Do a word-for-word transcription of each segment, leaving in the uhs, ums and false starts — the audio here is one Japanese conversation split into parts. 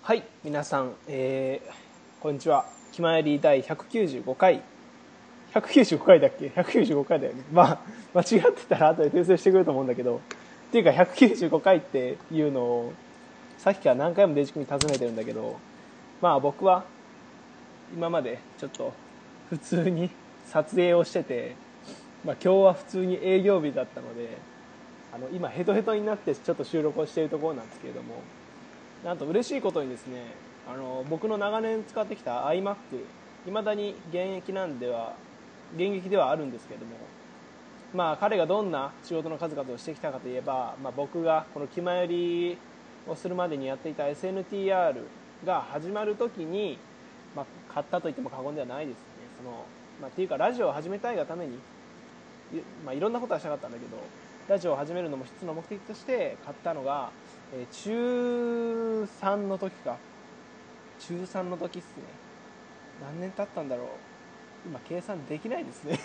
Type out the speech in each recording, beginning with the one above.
はい、皆さん、えー、こんにちは。気まより第ひゃくきゅうじゅうごかい。ひゃくきゅうじゅうごかいだっけ ?ひゃくきゅうじゅうごかいだよね。まあ、間違ってたら後で訂正してくれると思うんだけど。っていうか、ひゃくきゅうじゅうごかいっていうのを、さっきから何回もデジ君に尋ねてるんだけど、まあ僕は、今までちょっと、普通に撮影をしてて、まあ今日は普通に営業日だったので、あの、今ヘトヘトになってちょっと収録をしているところなんですけれども、なんと嬉しいことにですね、あの僕の長年使ってきた iMac、 未だに現役なんでは現役ではあるんですけれども、まあ彼がどんな仕事の数々をしてきたかといえば、まあ、僕がこの気まよりをするまでにやっていた エスエヌティーアール が始まるときに、まあ、買ったと言っても過言ではないですね。その、まあ、っていうかラジオを始めたいがために、まあ、いろんなことはしたかったんだけど、ラジオを始めるのも一つの目的として買ったのが、えー、中さんの時か中さんの時っすね。何年経ったんだろう。今計算できないですね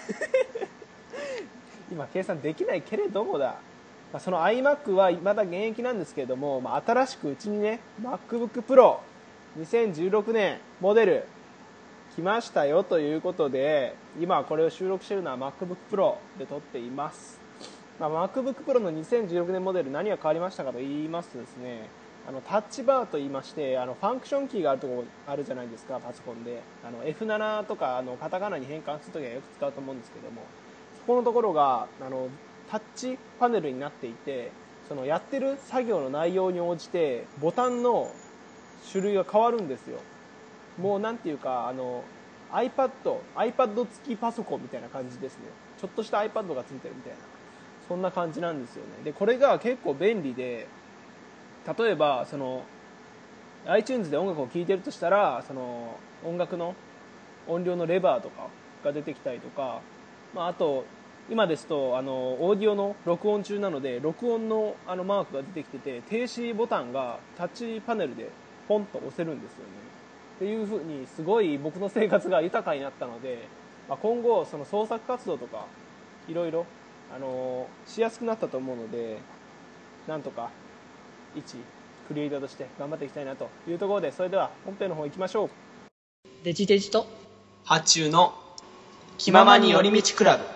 今計算できないけれどもだ、まあ、その iMac はまだ現役なんですけれども、まあ、新しくうちにね MacBook Pro にせんじゅうろくねんモデル来ましたよということで、今これを収録しているのは MacBook Pro で撮っています。まあ、MacBook Pro のにせんじゅうろくねんモデル、何が変わりましたかと言いますとですね、あのタッチバーと言いまして、あのファンクションキーがあるところあるじゃないですか、パソコンで。あの エフなな とかあのカタカナに変換するときはよく使うと思うんですけども、そこのところがあのタッチパネルになっていて、そのやってる作業の内容に応じてボタンの種類が変わるんですよ。もうなんていうか、あの iPad、iPad 付きパソコンみたいな感じですね。ちょっとした iPad が付いてるみたいな、そんな感じなんですよね。でこれが結構便利で、例えばその iTunes で音楽を聴いてるとしたら、その音楽の音量のレバーとかが出てきたりとか、まあ、あと今ですとあのオーディオの録音中なので録音のあのマークが出てきてて、停止ボタンがタッチパネルでポンと押せるんですよね。っていう風にすごい僕の生活が豊かになったので、まあ、今後その創作活動とかいろいろあのしやすくなったと思うので、なんとか一クリエイターとして頑張っていきたいなというところで、それでは本編の方行きましょう。 デジデジと発注の気ままに寄り道クラブ。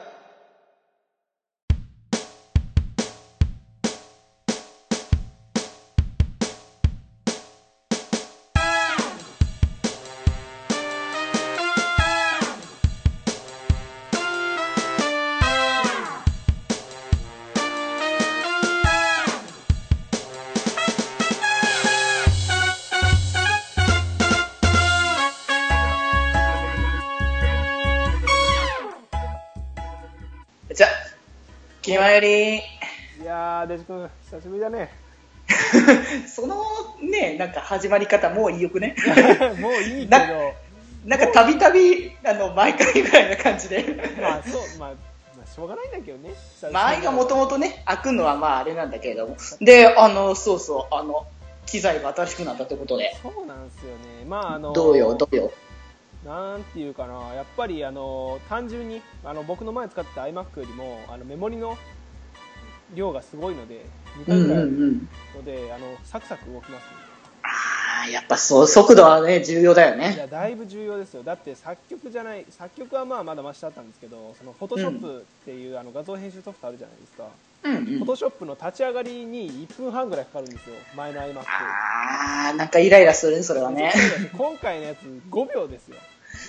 じゃ気まよりいやーデジ君久しぶりだねそのね、なんか始まり方もういいよくねもういいけど、 な, なんかたびたびあの毎回ぐらいな感じでまあそう、まあ、まあしょうがないんだけどね。 前がもともとね開くのはまああれなんだけれども、であのそうそうあの機材が新しくなったということで。 そうなんですよね。まああのどうよどうよなんていうかな、やっぱりあの単純にあの僕の前使ってた iMac よりもあのメモリの量がすごいので、にかいぐらいあるので、うんうんうん、あのサクサク動きますね。 ああやっぱそう速度はね重要だよね。 いやだいぶ重要ですよ。だって作曲じゃない、作曲はまあまだマシだったんですけど、その Photoshop っていう、うん、あの画像編集ソフトあるじゃないですか。うんうん、Photoshop の立ち上がりにいっぷんはんぐらいかかるんですよ、前の iMac。 あーなんかイライラするねそれはね。 今回のやつごびょうですよ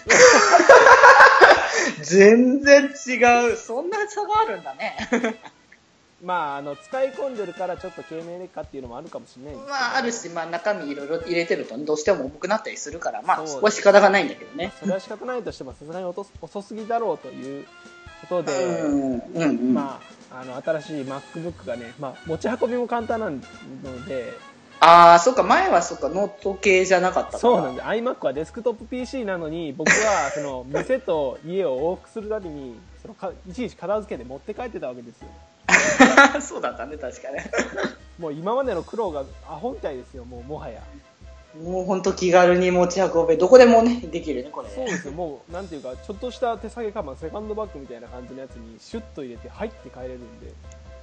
全然違う。そんな差があるんだねまああの使い込んでるからちょっと経年劣化っていうのもあるかもしれないんですけど、 まああるし、まあ、中身いろいろ入れてるとどうしても重くなったりするから、まあそこは仕方がないんだけどね。 それは仕方ないとしてもさすがに遅すぎだろうということで、 うんうんうん、 まああの新しい MacBook がね、まあ、持ち運びも簡単なので。 ああ、そっか、前はそっかノート系じゃなかったから。 そうなんで iMac はデスクトップ ピーシー なのに、僕はその店と家を往復するたびにそのかいちいち片付けて持って帰ってたわけですよそうだったね、確かねもう今までの苦労がアホみたいですよ、もうもはや。 もう本当気軽に持ち運べ、どこでもねできるねこれ。 そうですよ、もうなんていうかちょっとした手提げカバン、セカンドバッグみたいな感じのやつにシュッと入れて入って帰れるんで、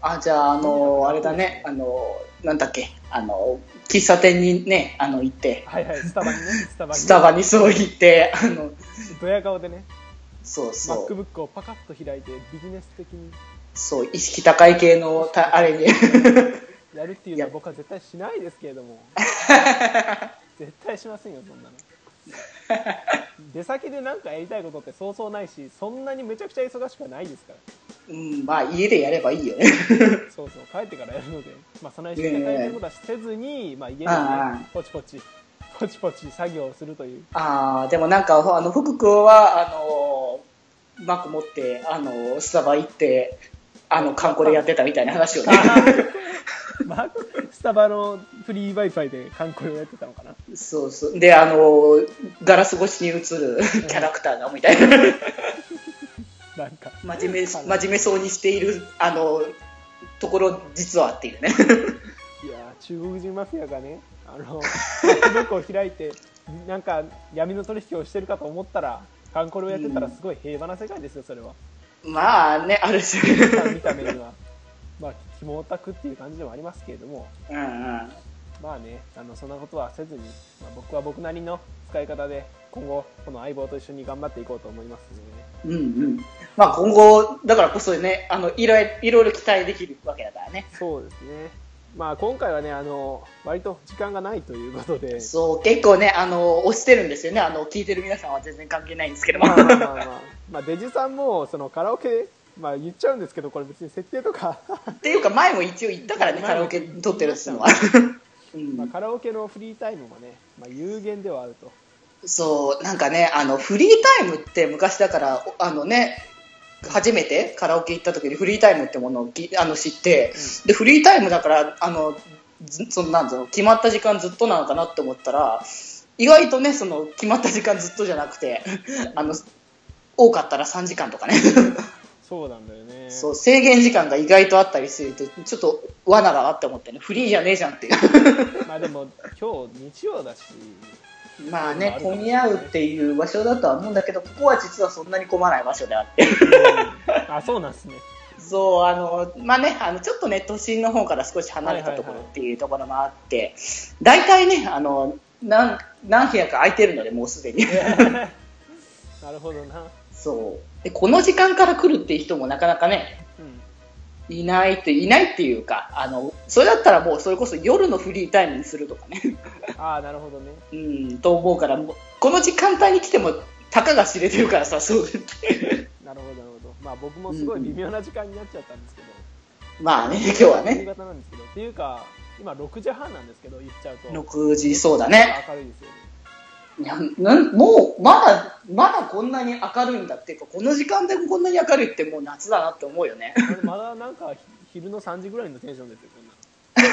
あ、じゃあ、あの、あれだね、あの、なんだっけ、あの、喫茶店にね、あの、行って、 はいはい、スタバにね、スタバに、ね、 スタバにそう行って、あの、 ドヤ顔でね、 そうそう。 MacBook をパカッと開いて、ビジネス的に。 そう、意識高い系の、たあれに。 やるっていうのは僕は絶対しないですけれども。絶対しませんよ、そんなの。出先で何かやりたいことってそうそうないし、そんなにめちゃくちゃ忙しくはないですから。 うん、まあ家でやればいいよね。 そうそう、帰ってからやるので、まあそんなにして大変なことはせずに、まあ家でね、ポチポチ、ポチポチ作業をするという。 ああ、でもなんか、あの、福君は、あの、マック持って、あの、スタバ行って、あの、カンコレやってたみたいな話をね。 マック、スタバのフリー Wi-Fi でカンコレをやってたのかな。 そうそう。で、あの、ガラス越しに映るキャラクターがみたいな。なんか真面目真面目そうにしているあのところ実はっていうね。いや中国人マフィアがね、あのMacBookを開いてなんか闇の取引をしてるかと思ったらカンコレをやってたらすごい平和な世界ですよ、それは。 まあね、ある種見た目にはまあ肝オタクっていう感じでもありますけれども、うんうん、まあね、あのそんなことはせずに、まあ、僕は僕なりの使い方で今後この相棒と一緒に頑張っていこうと思いますのでね。 うんうん。まあ今後だからこそね、あのいろいろいろいろ期待できるわけだからね。 そうですね。まあ今回はね、あの割と時間がないということで、 そう結構ね、あの押してるんですよね。あの聞いてる皆さんは全然関係ないんですけども。 まあまあまあまあ、まあデジさんもそのカラオケ、まあ言っちゃうんですけど、これ別に設定とかっていうか前も一応言ったからね、カラオケ撮ってるっつうのは。 うん、まあカラオケのフリータイムもね、まあ有限ではあると。 そうなんかね、あのフリータイムって昔だからあのね。初めてカラオケ行った時にフリータイムってものをきあの知って、うん、でフリータイムだからあのそのなんぞ決まった時間ずっとなのかなって思ったら意外とねその決まった時間ずっとじゃなくてあの多かったらさんじかんとかねそうなんだよね。 そう制限時間が意外とあったりするとちょっと罠だなって思ってね、フリーじゃねえじゃんっていうまあでも今日日曜だしまあね、混み合うっていう場所だとは思うんだけど、ここは実はそんなに混まない場所であってあ、そうなんですね。 そう、あの、まあね、あの、ちょっとね、都心の方から少し離れたところっていうところもあって、大体ね、あの、何、何部屋か空いてるので、もうすでに。 なるほどな。 そう。で、この時間から来るっていう人もなかなかね、うん、いないって、いないっていうか、あの、それだったらもうそれこそ夜のフリータイムにするとかね。 ああ、なるほどね。 うん、と思うから、この時間帯に来ても、たかが知れてるからさ、そう。 なるほど、なるほど。まあ僕もすごい微妙な時間になっちゃったんですけど。 うん、まあね、今日はね。 夕方なんですけど。っていうか、今ろくじはんなんですけど、言っちゃうと。 ろくじ、そうだね。 明るいですよね。 いやなもう、まだ、まだこんなに明るいんだっていうか、この時間でもこんなに明るいってもう夏だなって思うよね。 まだなんか、昼のさんじぐらいのテンションですよ、こんな。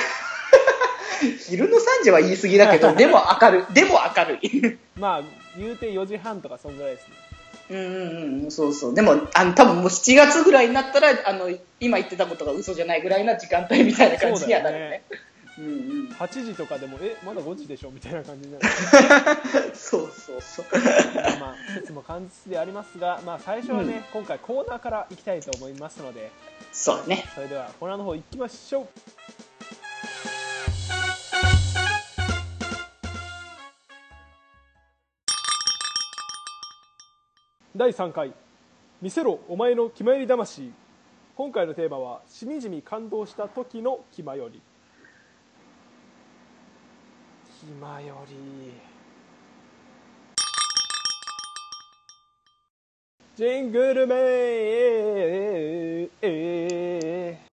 昼のさんじは言い過ぎだけど、でも明るい。でも明るい。 まあ、言うてよじはんとかそんぐらいですね。 うんうんうん、そうそう。でも、あの、多分もうしちがつぐらいになったら、あの、今言ってたことが嘘じゃないぐらいな時間帯みたいな感じにはなるよね。うんうん、 はちじとかでも、え、まだごじでしょみたいな感じになる。 そうそうそう。 まあ、季節も感じでありますが、まあ、最初はね、うん、今回コーナーからいきたいと思いますので、 そうね。 それでは、コーナーの方行きましょう。だいさんかい見せろお前の気まより魂。今回のテーマはしみじみ感動した時の気まより。気まよりジングルメー、えー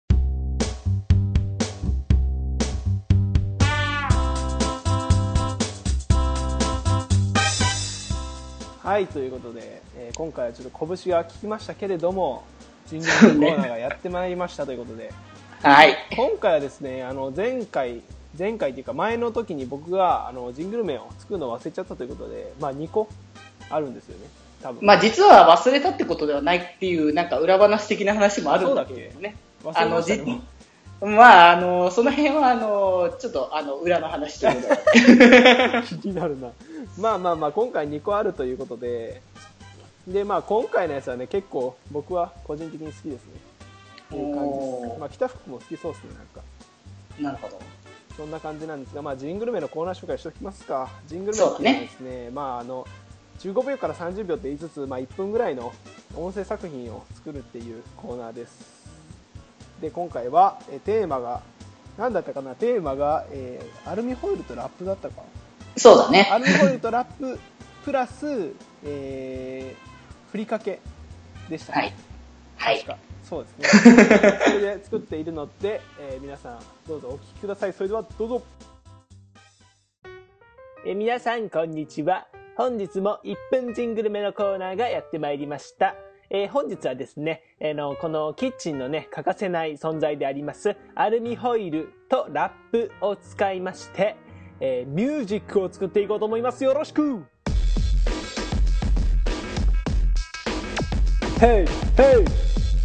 はい、ということで、えー、今回はちょっと拳が効きましたけれども、ジングルメコーナーがやってまいりましたということで、 はい。 今回はですね、あの前回、前回というか前の時に僕があのジングルメを作るのを忘れちゃったということで、まあにこあるんですよね、多分。 まあ実は忘れたってことではないっていう、なんか裏話的な話もあるんだけどね。 忘れましたね。 まあ、あの、その辺は、あの、ちょっと、あの、裏の話ということで。気になるな。まあまあまあ、今回にこあるということで、で、まあ今回のやつはね、結構僕は個人的に好きですね。っていう感じです。 まあ、北福も好きそうですね。なんかなるほど。 そんな感じなんですが、まあ、ジングル名のコーナー紹介しておきますか。ジングル名っていうのはですね、まあ、あのじゅうごびょうからさんじゅうびょうって言いつつ、まあ、いっぷんぐらいの音声作品を作るっていうコーナーです。で今回はえテーマが何だったかな。テーマが、えー、アルミホイルとラップだったか。 そうだね。 アルミホイルとラッププラス、えー、ふりかけでしたね。 はい、 確かそうですね。それで作っているので、えー、皆さんどうぞお聞きください。それではどうぞ。えー、皆さんこんにちは。本日もいっぷんジングル目のコーナーがやってまいりました。えー、本日はですね、えー、のこのキッチンのね欠かせない存在でありますアルミホイルとラップを使いまして、えー、ミュージックを作っていこうと思います。よろしく。ヘイヘイ。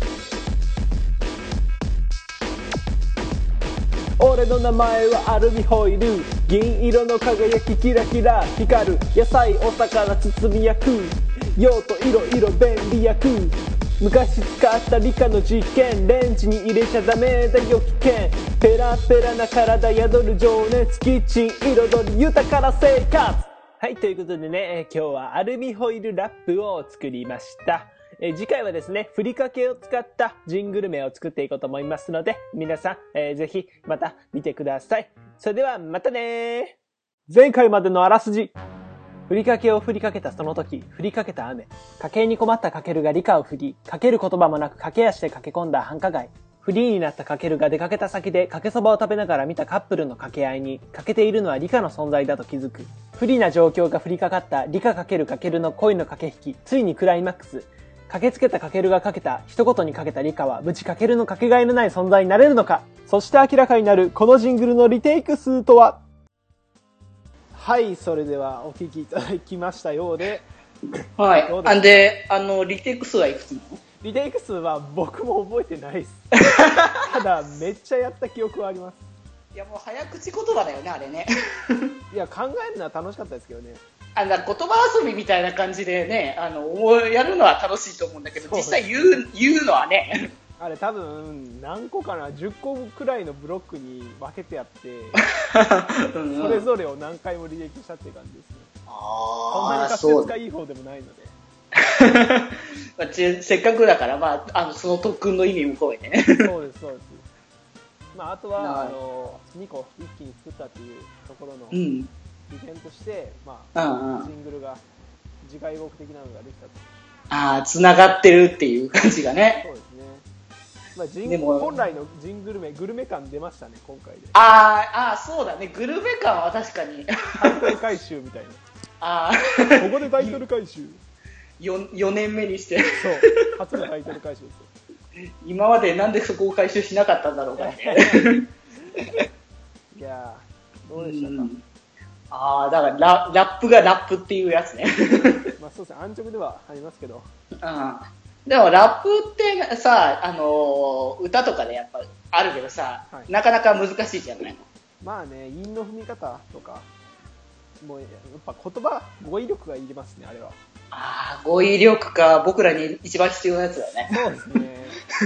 俺の名前はアルミホイル。銀色の輝きキラキラ光る。野菜お魚包み焼く。用途いろいろ便利薬。昔使った理科の実験。レンジに入れちゃダメだよ危険。ペラペラな体宿る情熱。キッチン彩り豊かな生活。はい、ということでね、今日はアルミホイルラップを作りました。えー、次回はですね、ふりかけを使ったジングル名を作っていこうと思いますので、皆さん、えー、ぜひまた見てください。それではまたねー。前回までのあらすじ。ふりかけを振りかけたその時、振りかけた雨。家計に困ったかけるが理科を振り、かける言葉もなく駆け足で駆け込んだ繁華街。フリーになったかけるが出かけた先でかけそばを食べながら見たカップルの掛け合いに、欠けているのは理科の存在だと気づく。不利な状況が降りかかった理科かけるかけるの恋の駆け引き、ついにクライマックス。駆けつけたかけるがかけた一言にかけた理科は無事かけるのかけがえのない存在になれるのか。そして明らかになるこのジングルのリテイク数とは。はい、それではお聞きいただきましたようで、 はい。あんで、あのリテイク数はいくつなの？ リテイク数は僕も覚えてないです。ただめっちゃやった記憶はあります。 いやもう早口言葉だよねあれね。 いや考えるのは楽しかったですけどね。 あの言葉遊びみたいな感じでね、あのやるのは楽しいと思うんだけど、実際言う言うのはね。あれ多分何個かなじゅっこくらいのブロックに分けてやってうん、うん、それぞれを何回もリテイクしたっていう感じですね。あそんなに滑舌がいい方でもないのでせっかくだから、まあ、あのその特訓の意味も込めてね。 そうですそうです、まあ、あとはあのにこ一気に作ったっていうところの利点として、まあ、うんうん、シングルが次回動的なのができたと。 ああ、つながってるっていう感じがね。 そうですね。まあ、ジン本来のジングル名グルメ感出ましたね今回で。 ああそうだね、グルメ感は確かにタイトル回収みたいな。ああここでタイトル回収 4, 4年目にしてそう初のタイトル回収ですよ。 今までなんでそこを回収しなかったんだろうかね。 いやどうでしたか。うん、 ああだから ラ, ラップがラップっていうやつね。 まあそうですね、安直ではありますけど、 うん、でもラップってさ、あのー、歌とかでやっぱあるけどさ、はい、なかなか難しいじゃないの。 まあね、韻の踏み方とかもうやっぱ言葉語彙力がいりますねあれは。 ああ語彙力か、僕らに一番必要なやつだよね。 そうですね。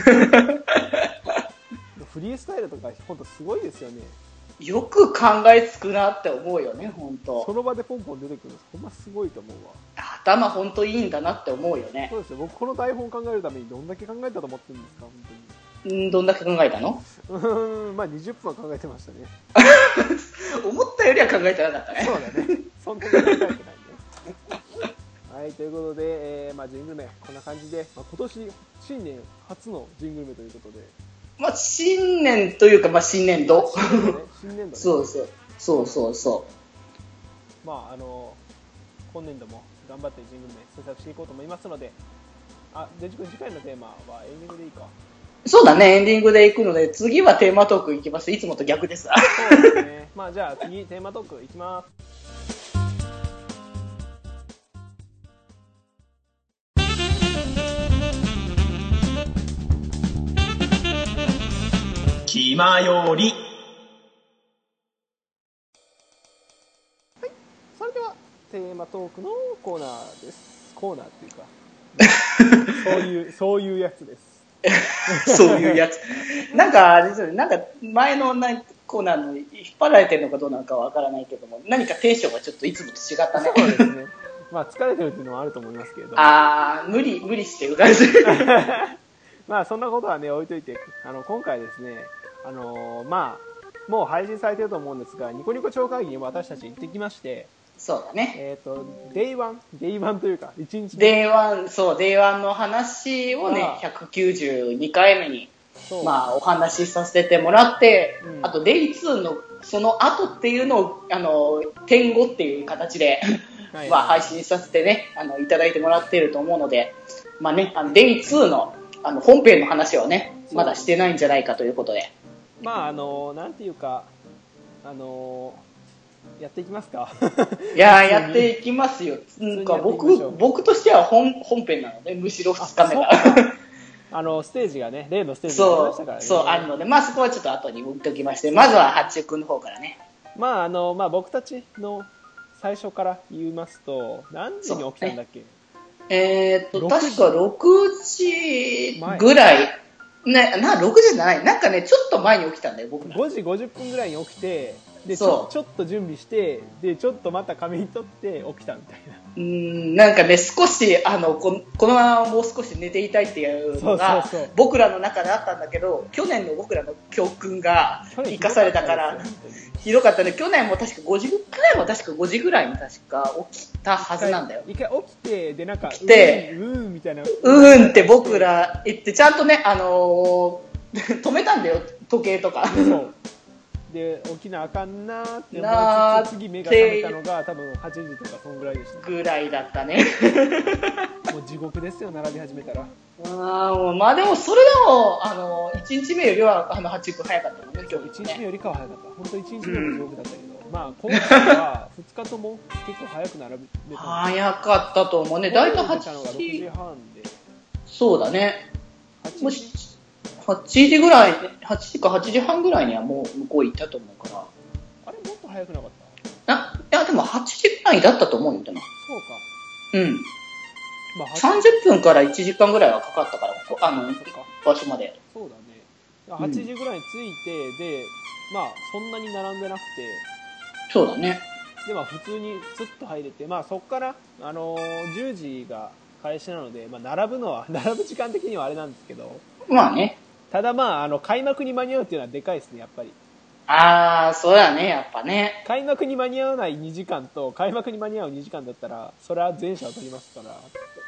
フリースタイルとか本当すごいですよね。 よく考えつくなって思うよね本当。 その場でポンポン出てくるのほんますごいと思うわ。 頭本当いいんだなって思うよね。 そうですよ、僕この台本考えるためにどんだけ考えたと思ってるんですか本当に。 んどんだけ考えたの？ うーんまあにじゅっぷんは考えてましたね。 思ったよりは考えてなかったね。 そうだね、そんなに考えてないね。はい、ということで、えーまあ、ジングル名こんな感じで、まあ、今年新年初のジングル名ということで、 まあ、新年というか、まあ、新年度。 新年度ね、新年度ね。 そうそうそうそうそう。 まああの今年度も頑張ってジングル名制作していこうと思いますので、あ、デジ君次回のテーマはエンディングでいいか。 そうだね、エンディングでいくので、次はテーマトークいきます。いつもと逆です。 そうですね。まあじゃあ次テーマトークいきます。 気まより。 はい、それではテーマトークのコーナーです。コーナーっていうかそういうそういうやつです。 そういうやつ。なんか、あれですよね、なんか前のコーナーの引っ張られてるのかどうなのかわからないけども、何かテンションがちょっといつもと違ったね。 そうですね。まあ疲れてるっていうのはあると思いますけれども。 あー、無理、無理して浮かれてる。 まあそんなことはね、置いといて、あの、今回ですね、あのー、まあ、もう配信されてると思うんですが、ニコニコ超会議に私たち行ってきまして、 そうだね。 えっ、ー、と、デイワン、デイワンというか、いちにちデイワン、そう、デイワンの話をね、ひゃくきゅうじゅうにかいめに、まあ、お話しさせてもらって、うん、あと、デイツーのその後っていうのを、あの、点ごっていう形で、はい、まあ、配信させてね、あの、いただいてもらっていると思うので、まあね、あのデイツーの、あの、本編の話はね、まだしてないんじゃないかということで。 まあ、あの、なんていうか、あの、やっていきますか。 いややっていきますよ。なんか僕僕としては 本, 本編なので、むしろふつかめがあのステージがね、例のステージがありましたからね。 そうそうあるので、まあそこはちょっと後に置いておきまして、まずは八中君の方からね。 まああのまあ僕たちの最初から言いますと、何時に起きたんだっけ？ね、 えー、っと確かろくじぐらい。ね、なろくじじゃない、なんかねちょっと前に起きたんだよ僕。 ごじごじゅっぷんぐらいに起きて。でちょ、ちょっと準備してでちょっとまた仮眠取って起きたみたいな。 うーんなんかね少しあの こ, このままもう少し寝ていたいっていうのが僕らの中であったんだけど、去年の僕らの教訓が生かされたからひどかったね。去年も確かごじ去年も確かごじぐらいに確か起きたはずなんだよ。 一回起きてでなんか起きてうーんみたいなうーんって僕ら言ってちゃんとねあのー、止めたんだよ時計とか。そうで起きなあかんなーって思いつつ次目が覚めたのが多分はちじとかそんぐらいでした、ね、 ぐらいだったね。 もう地獄ですよ並び始めたら。 あまあでもそれでもあのいちにちめよりはあのはちじ早かったのね今日ね。 いちにちめよりかは早かった本当いちにちめも地獄だったけど、うん、まあ今回はふつかとも結構早く並べた早かったと思うね。だいたいはちじろくじはんでそうだねもしはちじぐらい、はちじかはちじはんぐらいにはもう向こう行ったと思うから。 あれもっと早くなかった？ あ、いやでもはちじぐらいだったと思うんだよな。 そうか。 うん。まあ、さんじゅっぷんからいちじかんぐらいはかかったから、あの、場所まで。 そうだね。はちじぐらいに着いて、うん、で、まあそんなに並んでなくて。 そうだね。 で、まあ普通にスッと入れて、まあそっから、あのー、じゅうじが開始なので、まあ並ぶのは、並ぶ時間的にはあれなんですけど。 まあね。 ただまあ、あの、開幕に間に合うっていうのはでかいですね、やっぱり。 ああ、そうだね、やっぱね。 開幕に間に合わないにじかんと、開幕に間に合うにじかんだったら、それは前者を取りますから。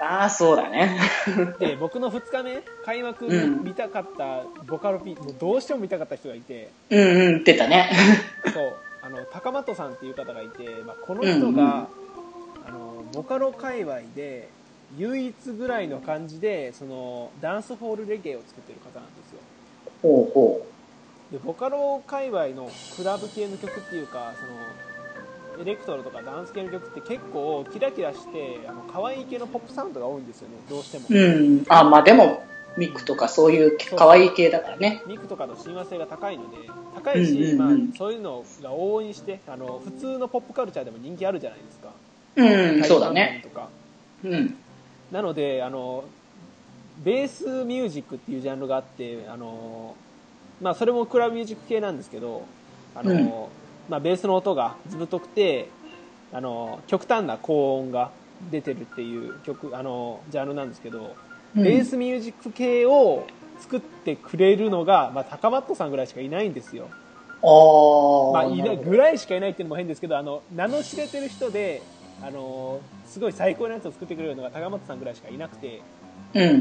ああ、そうだね。 で、僕のふつかめ、開幕見たかったボカロ P、うん、もうどうしても見たかった人がいて。 うんうん、言ってたね。 そう、あの、高松さんっていう方がいて、まあ、この人が、うんうん、あの、ボカロ界隈で、唯一ぐらいの感じでそのダンスホールレゲエを作ってる方なんですよ。 ほうほうでボカロ界隈のクラブ系の曲っていうかそのエレクトロとかダンス系の曲って結構キラキラしてあの可愛い系のポップサウンドが多いんですよねどうしても。 うんあまあでもミクとかそういう可愛い系だからね。 ミクとかの親和性が高いので高いし、うんうんうんまあ、そういうのが往々にしてあの普通のポップカルチャーでも人気あるじゃないですか。 うんそうだね。 とかうんなのであのベースミュージックっていうジャンルがあってあの、まあ、それもクラブミュージック系なんですけどあの、うんまあ、ベースの音がずぶとくてあの極端な高音が出てるっていう曲あのジャンルなんですけど、うん、ベースミュージック系を作ってくれるのが、まあ、高マットさんぐらいしかいないんですよ。 あまあ、いないぐらいしかいないっていうのも変ですけどあの名の知れてる人であのすごい最高なやつを作ってくれるのが高松さんぐらいしかいなくて、 うんうん、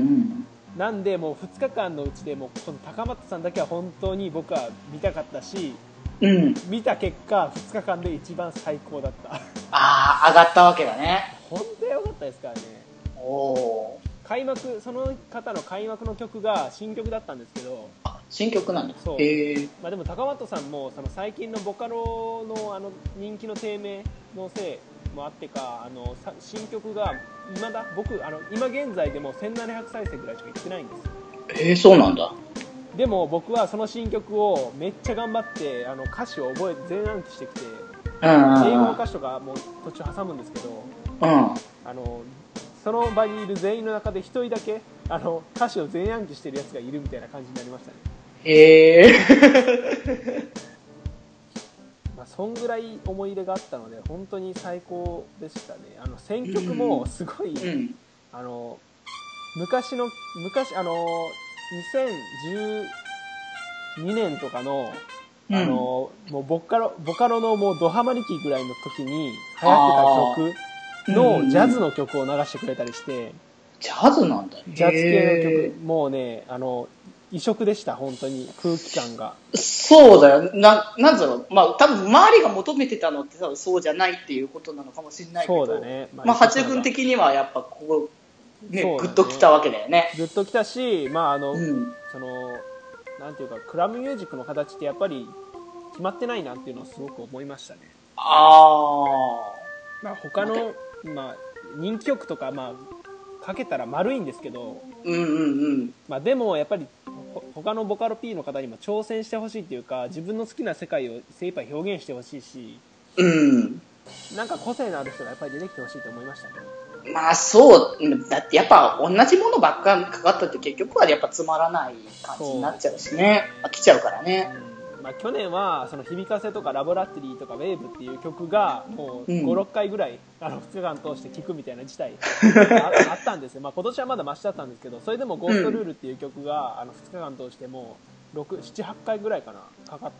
なんでもうふつかかんのうちでもこの高松さんだけは本当に僕は見たかったし、 うん、 見た結果ふつかかんで一番最高だった。 ああ上がったわけだね。 本当に良かったですからね。 お開幕その方の開幕の曲が新曲だったんですけどあ新曲なんだ。 そう、 へーまあ、でも高松さんもその最近のボカロ の, あの人気の低迷のせいもあってかあの新曲が未だ僕あの今現在でもせんななひゃくさいせいぐらいしかいってないんですよ。 えー、そうなんだ。 でも僕はその新曲をめっちゃ頑張ってあの歌詞を覚えて全暗記してきて、 うんうんうん、 英語の歌詞とかも途中挟むんですけど、 うん、 あのその場にいる全員の中でひとりだけあの歌詞を全暗記してるやつがいるみたいな感じになりましたね。 へえまあそんぐらい思い入れがあったので本当に最高でしたね。あの選曲もすごい、 うん、 あの昔の昔あのにせんじゅうにねんとかのあの、うん、もうボカロボカロのもうドハマり期ぐらいの時に流行ってた曲のジャズの曲を流してくれたりして、 ジャズなんだ。 ジャズ系の曲もうねあの異色でした。本当に空気感が。 そうだよ。な、なんだろう。まあ多分周りが求めてたのって多分そうじゃないっていうことなのかもしれないけど。 そうだね。 まあ八君的にはやっぱここね、ねグッときたわけだよね。 グッときたし、まああの、 うん、 そのなんていうかクラブミュージックの形ってやっぱり決まってないなっていうのをすごく思いましたね。 ああ。まあ他のまあ人気曲とかまあかけたら丸いんですけど、 うんうんうん。 まあでもやっぱり他のボカロ P の方にも挑戦してほしいっていうか自分の好きな世界を精一杯表現してほしいし、 うん。 なんか個性のある人がやっぱり出てきてほしいと思いましたね。 まあそうだってやっぱ同じものばっかかかったって結局はやっぱつまらない感じになっちゃうしね、飽きちゃうからね。 うん、まあ去年はその響かせとかラボラトリーとかウェーブっていう曲がもうご、ろっかいぐらいあのふつかかん通して聴くみたいな事態あ, あったんですよ。まあ今年はまだマシだったんですけど、それでもゴーストルールっていう曲があのふつかかん通してもうろく、なな、はちかいぐらいかなかかって、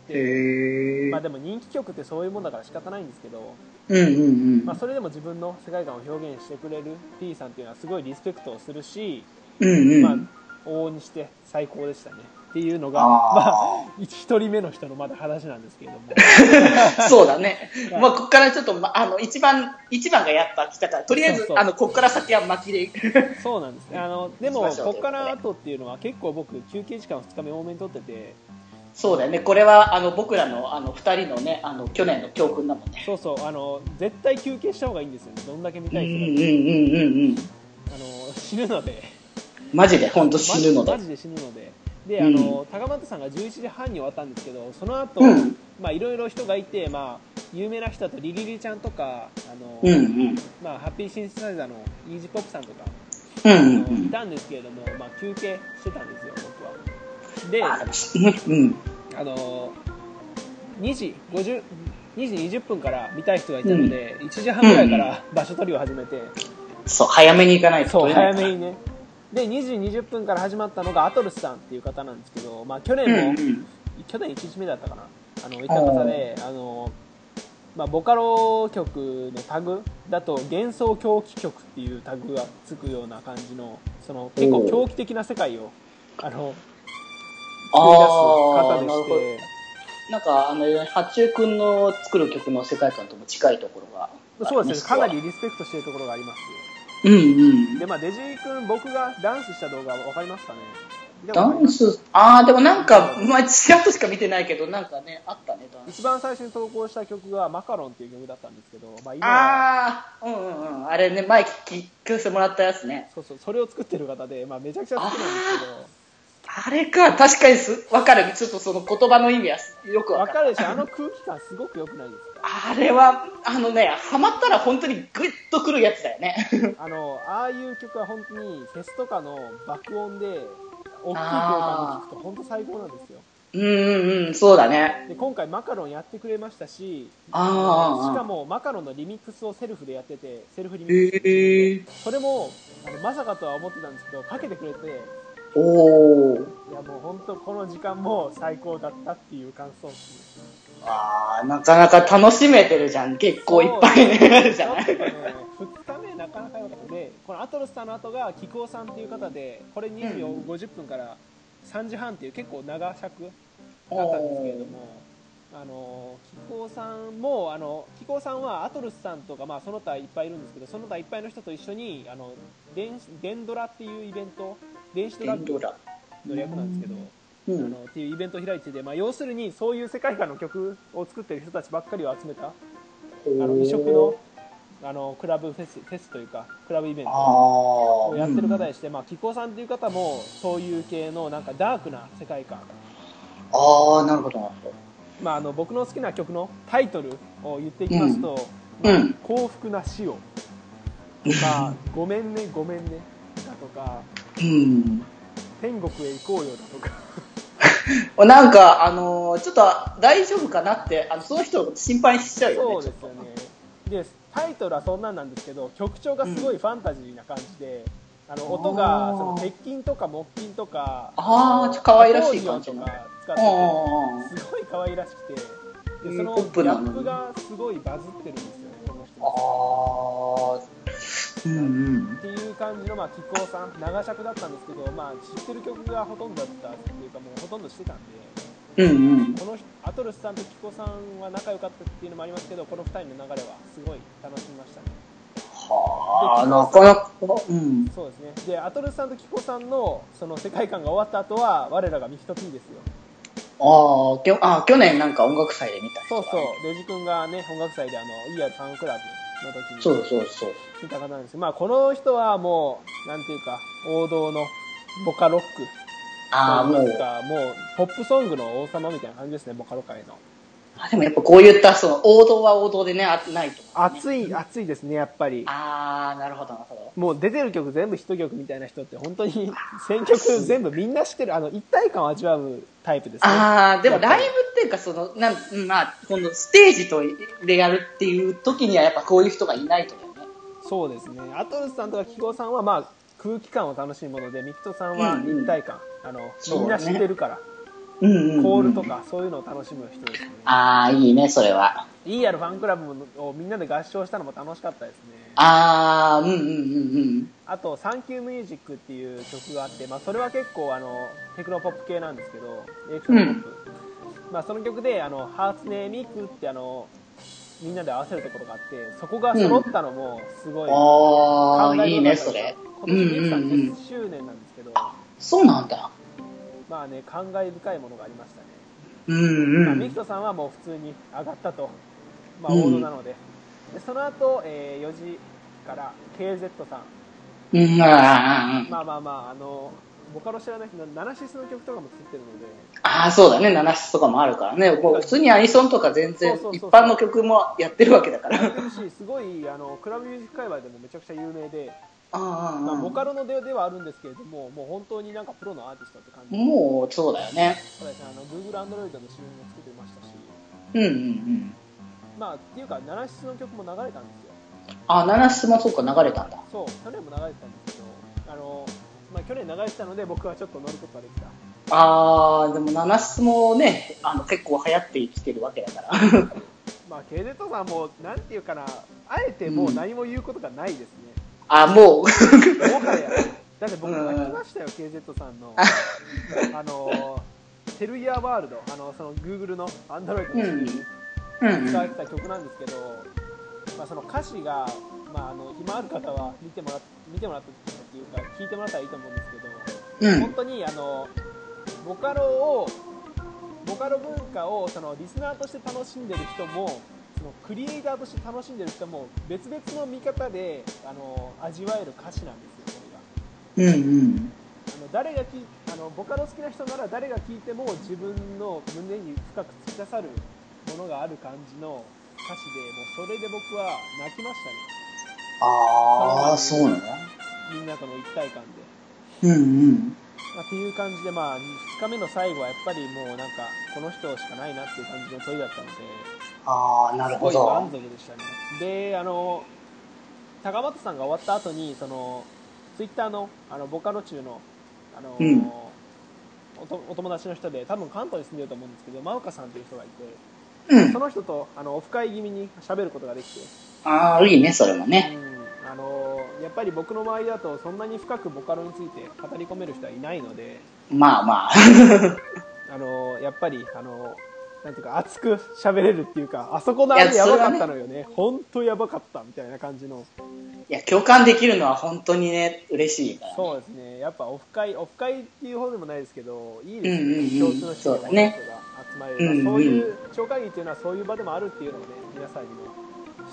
まあでも人気曲ってそういうもんだから仕方ないんですけど、 うんうんうんまあ、それでも自分の世界観を表現してくれる P さんっていうのはすごいリスペクトをするし、 うんうんまあ、往々にして最高でしたねっていうのがあ、まあ、ひとりめの人のまだ話なんですけれどもそうだね、まあ、ここからちょっと、ま、あの一番一番がやっぱ来たからとりあえずそうそうあのここから先は巻きでいくそうなんですね。あのでもここから後っていうのは結構僕休憩時間をふつかめ多めに取ってて、 そうだよね。これはあの僕らのあのふたりのねあの去年の教訓だもんね。 そうそうあの絶対休憩した方がいいんですよね。どんだけ見たい人が、 うんうんうんうんうん、 あの死ぬのでマジで本当死ぬのでマジで死ぬのでで、あの、うん、高松さんがじゅういちじはんに終わったんですけど、その後、うん、まあいろいろ人がいて、まあ有名な人だとリリリちゃんとかあの、 うんうんまあハッピーシンセサイザーのイージーポップさんとか、 うんうんうん、 いたんですけれども、まあ休憩してたんですよ僕は。で、 あ、うん、 あのにじごじゅう、にじにじゅっぷんから見たい人がいたので、うん、いちじはんぐらいから場所取りを始めて、 そう早めに行かないとそう早めにね。でにじにじゅっぷんから始まったのがアトルスさんっていう方なんですけど、まあ、去年も、うんうん、去年いちにちめだったかなあのいた方で、あの、まあ、ボカロ曲のタグだと幻想狂気曲っていうタグがつくような感じの、その結構狂気的な世界をあの作り出す方でして、 なんかあの八中くんの作る曲の世界観とも近いところが、 そうですね、かなりリスペクトしているところがあります。 うんうん、 でまあ、デジ君、僕がダンスした動画分かりますかね。 ダンス、ああでもなんか、まあ、ちらっとしか見てないけどなんかねあったね。ダンス一番最初に投稿した曲がマカロンっていう曲だったんですけど、まあ、今ああうんうんうんあれね前聞かせてもらったやつね。 そうそうそれを作ってる方で、まあ、めちゃくちゃ好きなんですけど、 あれか確かにす分かる。ちょっとその言葉の意味はよく分かる。 分かるでしょ。あの空気感すごく良くないですか。 あれはあのねハマったら本当にグッとくるやつだよねあのああいう曲は本当にフェスとかの爆音で大きい空間で聴くと本当最高なんですよ。 うんうんうんそうだね。 で今回マカロンやってくれましたし、 あしかもマカロンのリミックスをセルフでやってて、セルフリミックス、えー、それもあのまさかとは思ってたんですけどかけてくれて、 おー、 いやもう本当この時間も最高だったっていう感想です。 あーなかなか楽しめてるじゃん。結構いっぱいねじゃない。 ね、ふつかめなかなか良かったで、このアトロスさんの後がキクオさんっていう方で、これにじよん、ごじゅっぷんからさんじはんっていう結構長尺だったんですけれども、あのキクオさんもあのキクオさんはアトロスさんとか、まあ、その他いっぱいいるんですけど、その他いっぱいの人と一緒にあの電電ドラっていうイベント、電子ドラッグの略なんですけど、うん、あのっていうイベントを開いてて、まあ、要するにそういう世界観の曲を作ってる人たちばっかりを集めたあの異色のあのクラブフェス、フェスというかクラブイベントをやってる方でして、まあ、キコさんっていう方もそういう系のなんかダークな世界観、 ああなるほどなるほど、 まあ、あの僕の好きな曲のタイトルを言っていきますと、 うんまあ、 幸福な死をとかごめんねごめんねだとか、 うん。 天国へ行こうよだとかなんか、あのー、ちょっと大丈夫かなって、あのその人心配しちゃうよね。 そうですよね。で、タイトルはそんなんなんですけど、曲調がすごいファンタジーな感じで、うん、あの音がその鉄筋とか木筋とか、 ああ、可愛らしい感じの。 とか使ってて、すごい可愛らしくて、でそのギャップがすごいバズってるんですよね、この人。ああ。うんうん、っていう感じの、まあ、キコーさん、長尺だったんですけど、まあ、知ってる曲がほとんどだったっていうか、もうほとんどしてたんで、うんうん、このアトルスさんとキコさんは仲良かったっていうのもありますけど、このふたりの流れはすごい楽しみましたね。 はあ、なかなか、うん、 そうですね。で、アトルスさんとキコさんのその世界観が終わった後は、我らがミフト P ですよ。 あきょあ、去年なんか音楽祭で見た人、 ね、そうそう、レジ君がね、音楽祭であの、イーアール ファンクラブの時にそうそうそう見た方なんですけど、まあ、この人はもうなんていうか王道のボカロックああもうもうポップソングの王様みたいな感じですね、ボカロ界の。 あでもやっぱこういったその王道は王道でね、ないと、ね、 熱い熱いですね、やっぱり。 ああなるほどなるほど。 もう出てる曲全部ヒット曲みたいな人って本当に選曲全部みんな知ってる、あの一体感を味わうタイプですね。 ああでもライブっていうかそのなんまあこのステージとでやるっていう時にはやっぱこういう人がいないとね。 そうですね。アトルスさんとかキコさんはまあ空気感を楽しむもので、ミフトさんは一体感、うんうん、あのみんな知ってるから。うんうんうん、コールとかそういうのを楽しむ人ですね。 ああいいねそれは。 イーアール ファンクラブをみんなで合唱したのも楽しかったですね。 ああうんうんうんうん。 あとサンキューミュージックっていう曲があって、まあそれは結構あのテクノポップ系なんですけど、エレクトロポップ。うん、まあその曲であのハーツネーミクってあのみんなで合わせるところがあって、そこが揃ったのもすごい、うん、 ああいいねそれ。 今年ミクさんじゅっしゅうねんなんですけど、うんうんうん、 そうなんだ。 まあね、感慨深いものがありましたね。 うんうんまあ、ミキトさんはもう普通に上がったと、まあ、王道なので、うん、でその後、えー、よじから ケーゼット さん、うん、まあまあまああのボカロ知らない人のナナシスの曲とかも作ってるので、 ああそうだね、ナナシスとかもあるからね、もう普通にアニソンとか全然一般の曲もやってるわけだから。 やってるし、すごいあのクラブミュージック界隈でもめちゃくちゃ有名で。あまあ、ボカロの出ではあるんですけれども、もう本当になんかプロのアーティストって感じで、 もうそうだよね。 そうですね、あの Google Android の シーエム も作ってましたし、 うんうんうん。 まあっていうかナナシスの曲も流れたんですよ。 あ、ナナシスもそうか流れたんだ。 そう、去年も流れてたんですけど、あのまあ去年流れてたので僕はちょっと乗ることができた。 ああ、でもナナシスもね、あの結構流行ってきてるわけだから。 まあ ケーゼット さんもなんていうかな、あえてもう何も言うことがないですね。うんあ、もう。もはや。だって僕泣きましたよ、ケーゼット さんの。あの、テルイヤーワールド、あの、その Google の Android の シーエム に使われてた曲なんですけど、まあその歌詞が、まああの、暇ある方は見てもらっ、見てもらったっていうか、聞いてもらったらいいと思うんですけど、うん、本当にあの、ボカロを、ボカロ文化をそのリスナーとして楽しんでる人も、そのクリエイターとして楽しんでる人も別々の見方であの味わえる歌詞なんですよ、これが。うんうん。あの誰がきあのボカロ好きな人なら誰が聴いても自分の胸に深く突き刺さるものがある感じの歌詞で、もうそれで僕は泣きましたね。 ああ、そうなの？ みんなとの一体感で。うんうん。 まあ、っていう感じで、まあ、ふつかめの最後はやっぱりもうなんかこの人しかないなっていう感じの問いだったので、 ああ、なるほど。 すごい満足でしたね。で、あの高松さんが終わった後にそのツイッターのあのボカロ中のあの、うん、お, お友達の人で多分関東に住んでると思うんですけど、真岡さんという人がいて、うん、その人とあのオフ会気味に喋ることができて、 ああいいねそれもね。 うんあのやっぱり僕の周りだとそんなに深くボカロについて語り込める人はいないので、 まあまああのやっぱりあのなんていうか熱く喋れるっていうか、あそこのあれやばかったのよね、本当やばかったみたいな感じの。 いや共感できるのは本当にね嬉しいから、ね、 そうですね、やっぱオフ会オフ会っていうほどでもないですけど、いいですね、うんうんうん、共通の知り合いの人が集まれる、そういう超会議っていうのはそういう場でもあるっていうのをね、皆さんにも知っ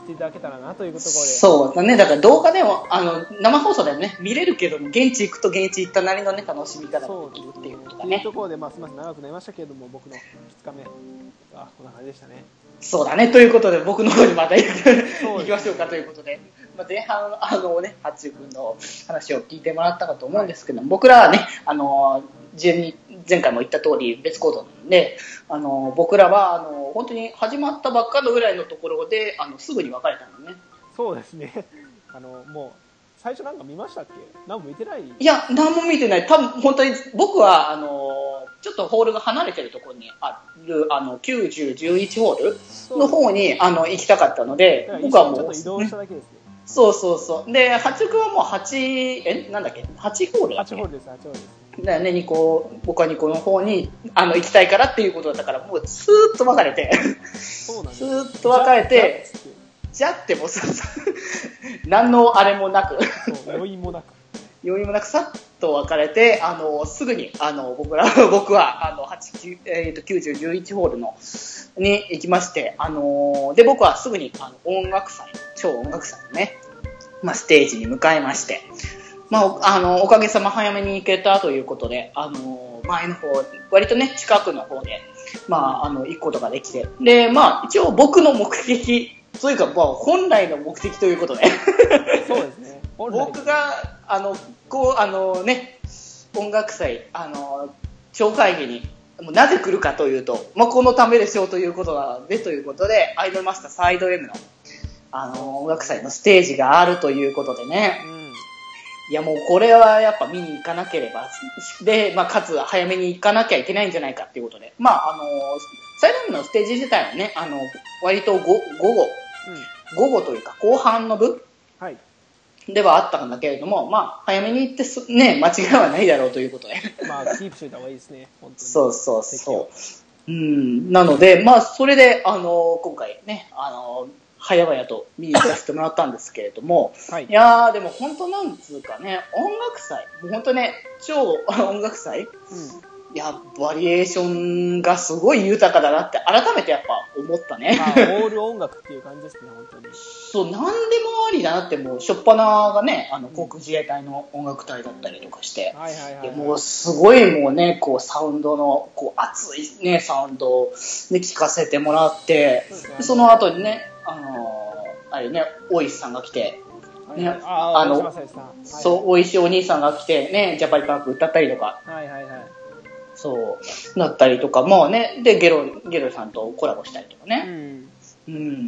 していただけたらなというところで。 そうだね。だから動画でも、あの、生放送でもね、見れるけども、現地行くと現地行ったなりのね、楽しみ方ができるっていうことがね。 というところで、まあ、すみません、長くなりましたけれども、僕のふつかめはこんな感じでしたね。 そうだね。ということで、僕の方にまた行きましょうかということで、まあ、前半、あのね、ハッチュ君の話を聞いてもらったかと思うんですけど、はい、僕らはね、あの、前回も言った通り別行動なので、あの、僕らは、あの、本当に始まったばっかのぐらいのところで、あの、すぐに別れたのね。 そうですね。あの、もう、最初なんか見ましたっけ？何も見てない？ いや、何も見てない。多分、本当に、僕は、あの、ちょっとホールが離れてるところにある、あの、きゅうじゅう、じゅういちホールの方に、あの、行きたかったので、僕はもう、 ちょっと移動しただけですね。 そうそうそう。で、はちくんはもうはち、え、なんだっけ ?はち ホールだっけ ?はち ホールです、はちホールです。 だよね、にこ、僕はにこの方に、あの、行きたいからっていうことだったから、もう、スーッと別れて、 そうなんです。 スーッと別れて、じゃってもさ、何のあれもなく、 余韻もなく。 余韻もなくさっと別れて、あの、すぐに、あの、僕ら、僕は、あの、はち、きゅう、えっと、きゅうじゅう、じゅういちホールの、に行きまして、あの、で、僕はすぐに、あの、音楽祭、超音楽祭のね、まあ、ステージに向かいまして、まあ、あの、おかげさま早めに行けたということで、あの、前の方、割とね、近くの方で、まあ、あの、行くことができて、で、まあ、一応僕の目的、というか、まあ、本来の目的ということで、 そうですね。 僕が、あの、こう、あのね、音楽祭、あの、超会議に、なぜ来るかというと、まあ、このためでしょうということなので、ということで、アイドルマスターサイド M の、あの、音楽祭のステージがあるということでね、うん、いやもうこれはやっぱ見に行かなければ、で、まあ、かつ早めに行かなきゃいけないんじゃないかっていうことで、まあ、あの、サイド M のステージ自体はね、あの、割と午後、うん、午後というか後半の部、はい、ではあったんだけれども、まあ、早めに行ってす、ね、間違いはないだろうということで。 まあ、キープしといた方がいいですね、本当に。 そうそうそう。うん、なので、まあ、それで、あの、今回ね、あの、早々と見に行かせてもらったんですけれども、はい、いやー、でも本当なんつうかね、音楽祭、もう本当ね、超音楽祭、うん、いや、バリエーションがすごい豊かだなって改めてやっぱ思ったね。 まあ、オール音楽っていう感じですね、本当に。 そう、なんでもありだなって、もう、しょっぱながね、あの、航空自衛隊の音楽隊だったりとかして、はいはいはい、もう、すごいもうね、こう、サウンドの、こう、熱いね、サウンドを、ね、聞かせてもらって、そ, ね、その後にね、あのー、あれね、大石さんが来て、ね、はいはい、あ, あの、はいはい、そう、大石お兄さんが来て、ね、ジャパリパーク歌ったりとか、はいはいはい、そう、なったりとか、もうね、で、ゲロ、ゲロさんとコラボしたりとかね、うんうん、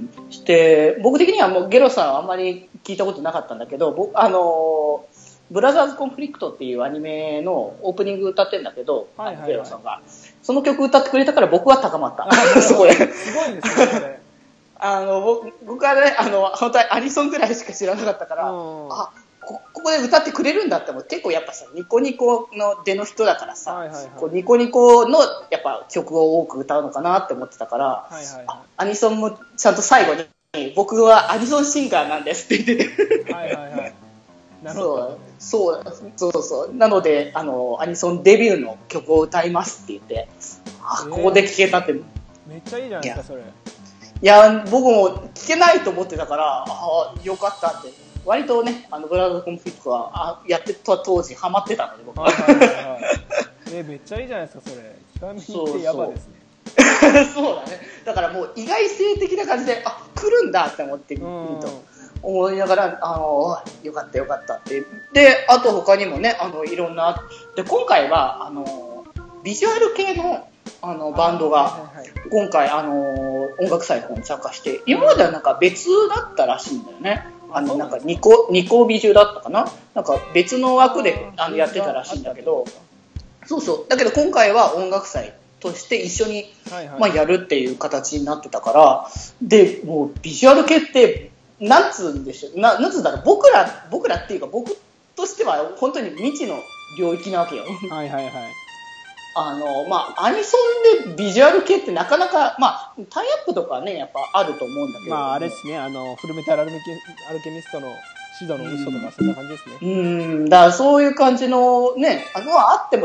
して僕的にはもうゲロさんはあんまり聞いたことなかったんだけど、僕あのブラザーズコンフリクトっていうアニメのオープニング歌ってるんだけど、はいはいはい、ゲロさんがその曲歌ってくれたから僕は高まった。そこですごいですねこれ。 あの僕はね、あの本当にアニソンぐらいしか知らなかったから、あこ, ここで歌ってくれるんだっても結構やっぱさニコニコの出の人だからさ、はいはいはい、こうニコニコのやっぱ曲を多く歌うのかなって思ってたから、はいはいはい、アニソンもちゃんと最後に僕はアニソンシンガーなんですって言ってて、はいはいはい、なるほど、そうそうそうそうなのであのアニソンデビューの曲を歌いますって言って、あここで聴けたって、えー、 めっちゃいいじゃないですかそれ。いや僕も聴けないと思ってたからあよかったって。割とね、あのブラザーズコンフリクトはあやってた当時ハマってたので僕は。はいはいはいはい、 えめっちゃいいじゃないですかそれ。控えめに行ってヤバですね。 そうだね。だからもう意外性的な感じであ来るんだって思ってみると思いながらあのよかったよかったってであと他にもねあのいろんなで今回はあのビジュアル系のあのバンドが今回あの音楽祭の方に参加して今まではなんか別だったらしいんだよね。あのなんかニコニコビジュだったかな、なんか別の枠であのやってたらしいんだけど、そうそうだけど今回は音楽祭として一緒に、はいはい、まあ、やるっていう形になってたから、でもうビジュアル系ってなんつうんでしょう、ななんつうんだろう、僕ら僕らっていうか僕としては本当に未知の領域なわけよ。はいはいはい。あのまあ、アニソンでビジュアル系ってなかなか、まあ、タイアップとかねやっぱあると思うんだけど、 まああれですね、あのフルメタルアルケミストのシドの嘘とかそんな感じですね。 うん、うんだからそういう感じのね、あのあってもやっぱ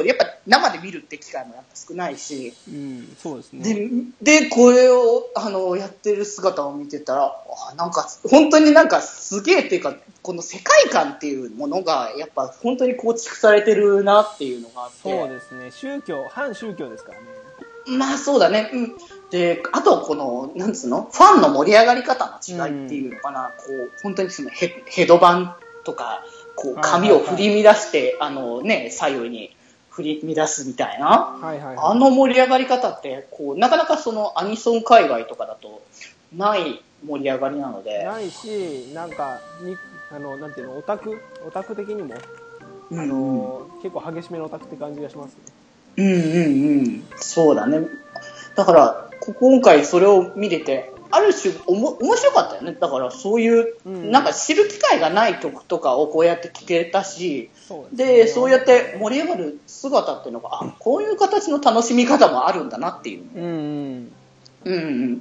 生で見るって機会もやっぱ少ないし、 うん、そうですね。 で、で、これを、あの、やってる姿を見てたら、あなんか、本当になんかすげえっていうか、この世界観っていうものが、やっぱ本当に構築されてるなっていうのがあって。 そうですね。宗教、反宗教ですからね。 まあそうだね。うん。で、あとこの、なんつうのファンの盛り上がり方の違いっていうのかな。うん、こう、本当にそのヘ、ヘドバンとか、こう、髪を振り乱して、はいはいはい、あのね、左右に振り乱すみたいな。はいはいはい、あの盛り上がり方って、こう、なかなかそのアニソン界隈とかだと、ない盛り上がりなので。 ないし、なんか、にあの、なんていうの、オタク、オタク的にも、あの、うん、結構激しめのオタクって感じがしますね。 うんうんうん。そうだね。だから、今回それを見れて、ある種おも面白かったよね。だからそういう、うん、なんか知る機会がない曲とかをこうやって聴けたし、そうで、ね、そうやって盛り上がる姿っていうのが、あ、こういう形の楽しみ方もあるんだなっていう。うんうんうんうん、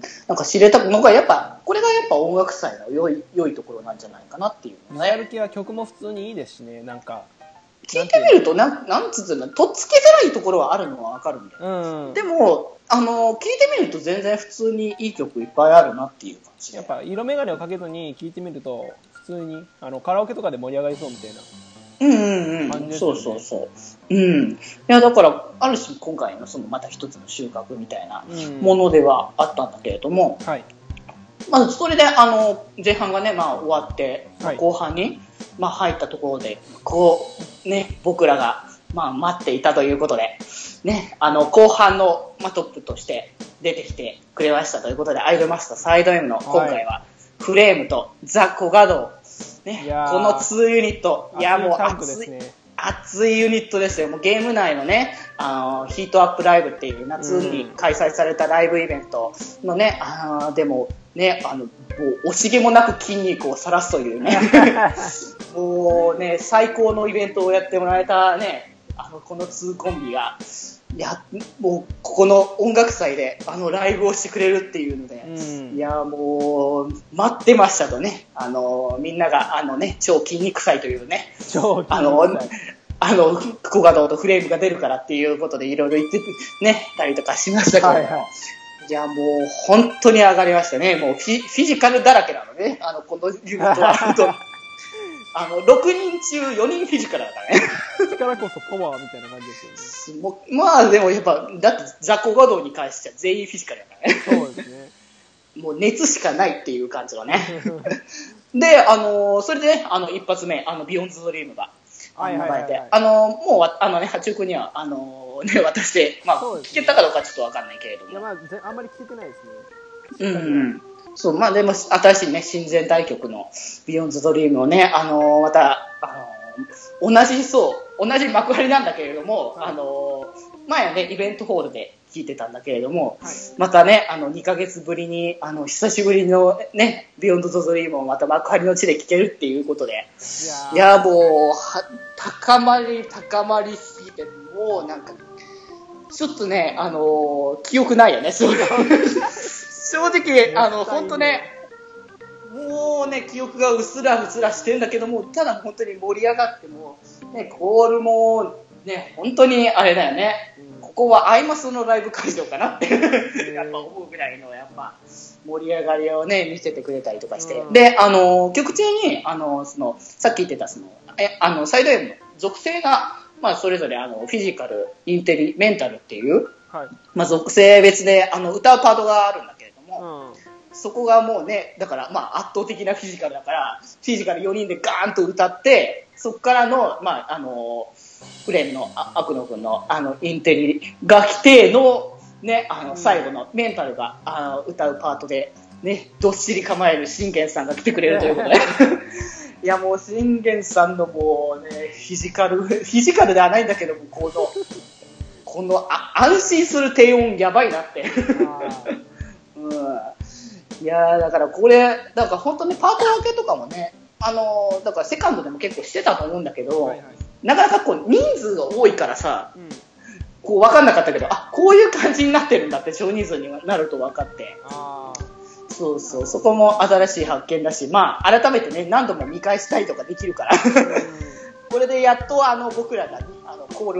なんか知れたのがやっぱこれがやっぱ音楽祭の良い良いところなんじゃないかなっていう、 ね。やる気は曲も普通にいいですしね。なんか聞いてみるとなんなんつうのとっつきづらいところはあるのはわかるんだよ、うん、でもあの聞いてみると全然普通にいい曲いっぱいあるなっていう感じで。 やっぱ色眼鏡をかけずに聞いてみると普通にあのカラオケとかで盛り上がりそうみたいな。 うんうんうん、そうそうそう。うん。いやだからある種今回のそのまた一つの収穫みたいなものではあったんだけれども、うん、はい。まあそれであの前半がねまあ終わって、はい、後半にまあ入ったところでこうね僕らがまあ待っていたということでねあの後半のまあトップとして出てきてくれましたということでアイドルマスターサイド M の今回はフレームとザ・コガドーね、このにユニット、いやもう熱い、熱いユニットですよ。もうゲーム内のね、あのヒートアップライブっていう夏に開催されたライブイベントのね、あでもね、あの、もう惜しげもなく筋肉を晒すというね、もうね、最高のイベントをやってもらえたね、あの、このにコンビが、いやもうここの音楽祭であのライブをしてくれるっていうので、うん、いやもう待ってましたとね、あのみんながあのね超筋肉祭というね、超あのあのコガドーとフレームが出るからっていうことでいろいろ言ってねたりとかしましたけど、はいはい、いやもう本当に上がりましたね。もうフィ、フィジカルだらけなのね、あのこのユニットは本当に。あのろくにん中よにんフィジカルだからね。 力こそパワーみたいな感じですよね。 もまあでもやっぱだってザコガドーに関しては全員フィジカルだからね。そうですね。もう熱しかないっていう感じのね。で、あのー、それで、ね、あの一発目あのビヨンズドリームが名前で、あのー、もうあのね八中君にはあのー、ね渡してまあ、ね、聞けたかどうかちょっとわかんないけれども。 いやまああんまり聞けてないですね。うんうん。そう、まあでも、新しいね、親善大曲のビヨンズドリームをね、あのー、また、あのー、同じ、そう、同じ幕張なんだけれども、はい、あのー、前はね、イベントホールで聴いてたんだけれども、はい、またね、あの、にかげつぶりに、あの、久しぶりのね、ビヨンズドリームをまた幕張の地で聴けるっていうことで、いや、もう、は、高まり、高まりすぎて、もうなんか、ちょっとね、あの記憶ないよね、そういう。正直、あの、本当ね、もうね、記憶がうすらうすらしてるんだけども、ただ本当に盛り上がっても、ね、コールも、ね、本当にあれだよね、うん、ここはアイマスのライブ会場かなって、やっぱ思うぐらいの、やっぱ、盛り上がりをね、見せてくれたりとかして、うん、で、あの、曲中に、あの、その、さっき言ってた、その、え、あの、サイド M の属性が、まあ、それぞれ、あの、フィジカル、インテリ、メンタルっていう、はい、まあ、属性別で、あの、歌うパートがあるんだけれども、うん、そこがもうね、だから、まあ、圧倒的なフィジカルだから、フィジカルよにんでガーンと歌って、そこからの、まあ、あの、フレンの、悪野くんの、あの、インテリが来ての、ね、あの、最後のメンタルが、あの、歌うパートで、ね、どっしり構える信玄さんが来てくれるということで。いや、もう、信玄さんのもうね、フィジカル、フィジカルではないんだけども、この、この、あ、安心する低音やばいなって。うん、いやだからこれ、だから本当にパート分けとかもね、あのー、だからセカンドでも結構してたと思うんだけど、はいはい、なかなかこう人数が多いからさ、うん、こう分かんなかったけど、あ、こういう感じになってるんだって少人数になると分かって、あそうそう、そこも新しい発見だし、まあ改めてね、何度も見返したりとかできるから、うん、これでやっとあの僕らがあのコールを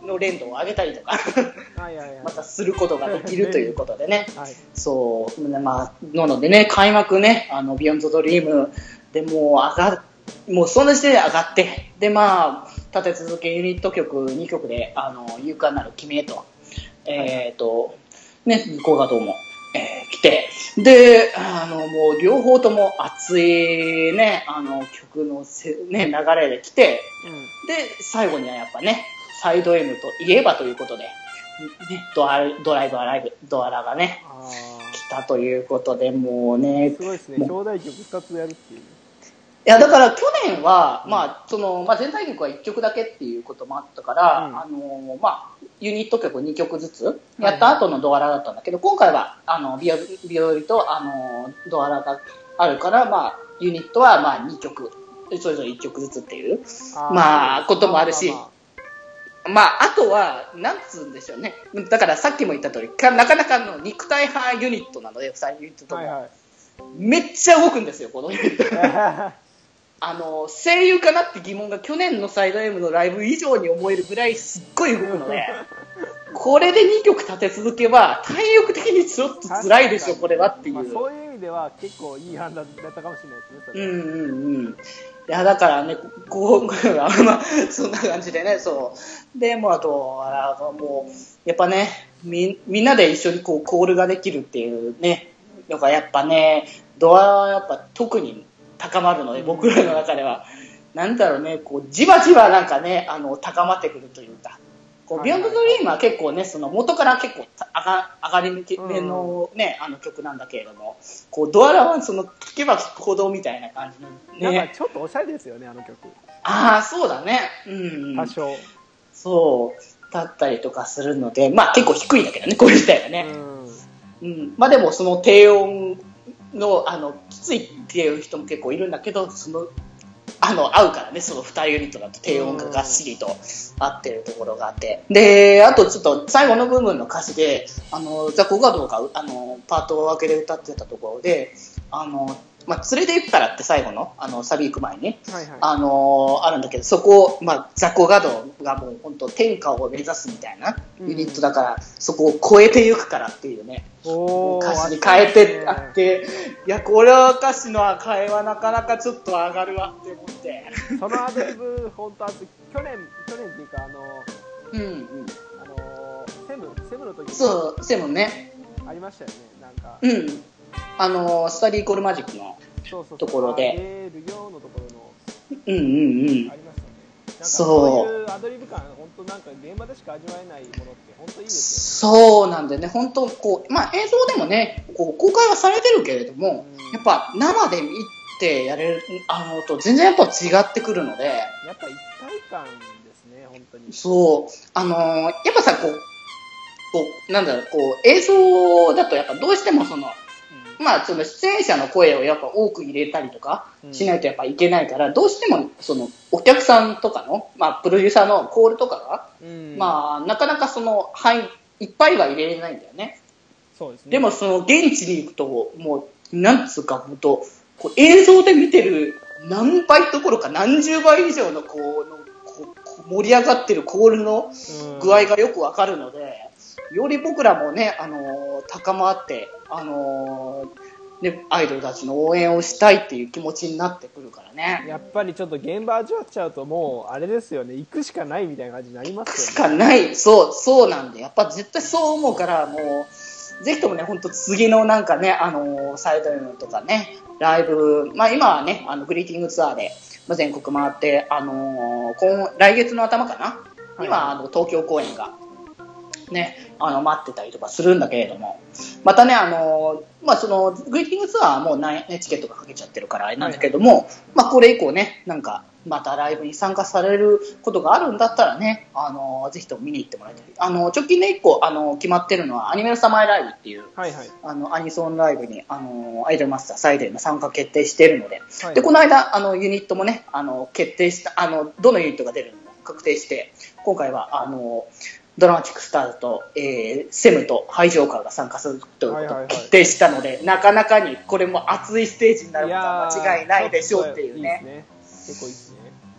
の連動を上げたりとかはいはいはい、 またすることができるということでね、 はい、 そうまあなのでね開幕ねあのビヨンドドリームでもう上がもうそんな時点で上がってでまあ立て続けユニット曲にきょくであの勇敢なる君へと、えっ、ー、とね向こうがどうも。えー、来てであのもう両方とも熱いねあの曲のせ、ね、流れで来て、うん、で最後にはやっぱねサイド M といえばということで、ね、ドアドライブアライブドアラがね来たということでもうねすごいですね兄弟曲ふたつやるっていう。 いやだから去年は、うんまあそのまあ、全体曲はいっきょくだけっていうこともあったから、うんあのまあ、ユニット曲にきょくずつやった後のドアラだったんだけど、はいはい、今回はあのビオビオリとあのドアラがあるから、まあ、ユニットはまあにきょくそれぞれいっきょくずつっていうあ、まあ、こともあるし、まあ、まあまあ、あとはなんつうんでしょうねだからさっきも言った通りなかなかの肉体派ユニットなのでふたりユニットとも、はいはい、めっちゃ動くんですよこのユニットあの声優かなって疑問が去年のサイド M のライブ以上に思えるぐらいすっごい動くのでこれでにきょく立て続けば体力的にちょっと辛いでしょこれはっていう、 まあ、そういう意味では結構いい判断だったかもしれないですねそれうんうんうんいやだからねこうまあそんな感じでねそうでもうあとあもうやっぱね み, みんなで一緒にこうコールができるっていうねのがやっぱねドアはやっぱ特に高まるので僕らの中ではなんだろうねこうじわじわなんかねあの高まってくるというかこうビヨンドドリームは結構ねその元から結構上が上がり目のね、うん、あの曲なんだけれどもこうドアラはその聴けば聴くほどみたいな感じのねなんかちょっとおしゃれですよねあの曲ああそうだねうん多少そうだったりとかするのでまあ結構低いんだけどねこれ自体はねうん、うん、まあでもその低音のあのきついっていう人も結構いるんだけどそのあの合うからねそのにユニットだと低音ががっしりと合ってるところがあってであとちょっと最後の部分の歌詞であのザコガドがあのパートを分けで歌ってたところであのまあ、連れて行くからって最後 の, あのサビ行く前に、はいはいあのー、あるんだけどそこを、まあ、ザコガドがもう本当天下を目指すみたいなユニットだから、うん、そこを超えていくからっていうね歌詞に変えてあっていやこれは歌詞の替えはなかなかちょっと上がるわって思ってそのアドリブ本当去年去年っていうかあのうんうんあのセムセムの時そうセムねありましたよねなんかうんあのスタディーコールマジックのところでそうそうそうのところのうんうんうんありましたねなんかそういうアドリブ感本当なんか現場でしか味わえないものって本当いいですよねそうなんでね本当こうまあ映像でもねこう公開はされてるけれども、うん、やっぱ生で見てやれるあのと全然やっぱ違ってくるのでやっぱ一体感ですね本当にそうあのー、やっぱさこうこうなんだろうこう映像だとやっぱどうしてもそのまあ、その出演者の声をやっぱ多く入れたりとかしないとやっぱいけないから、うん、どうしてもそのお客さんとかの、まあ、プロデューサーのコールとかが、うんまあ、なかなかその、はい、いっぱいは入れれないんだよね。 そうですね。 でもその現地に行くともうなんつうか本当こう映像で見てる何倍どころか何十倍以上のこうのこう盛り上がってるコールの具合がよくわかるので。より僕らもね、あのー、高まって、あのーね、アイドルたちの応援をしたいっていう気持ちになってくるからね。 やっぱりちょっと現場味わっちゃうともうあれですよね行くしかないみたいな感じになりますよね。 行くしかないそうそうなんでやっぱ絶対そう思うからもうぜひともね本当次のなんかねあのー、サイド M とかねライブまあ今はねあのグリーティングツアーで、まあ、全国回ってあのー、今来月の頭かな、はい、今あの東京公演がね、あの待ってたりとかするんだけれどもまたねあの、まあ、そのグリーティングツアーはもうな、ね、チケットがかけちゃってるからあれなんだけども、はいはいまあ、これ以降ねなんかまたライブに参加されることがあるんだったらねあのぜひとも見に行ってもらいたいあの直近でいっこあの決まってるのはアニメのサマーライブっていう、はいはい、あのアニソンライブにあのアイドルマスターサイドへの参加決定しているので、はい、でこの間あのユニットもねあの決定したあのどのユニットが出るのも確定して今回はあのドラマチックスターズと、えー、セムとハイジョーカーが参加するということを決定したので、はいはいはい、なかなかにこれも熱いステージになることは間違いないでしょうっていうね。 いいですね。結構いいですね。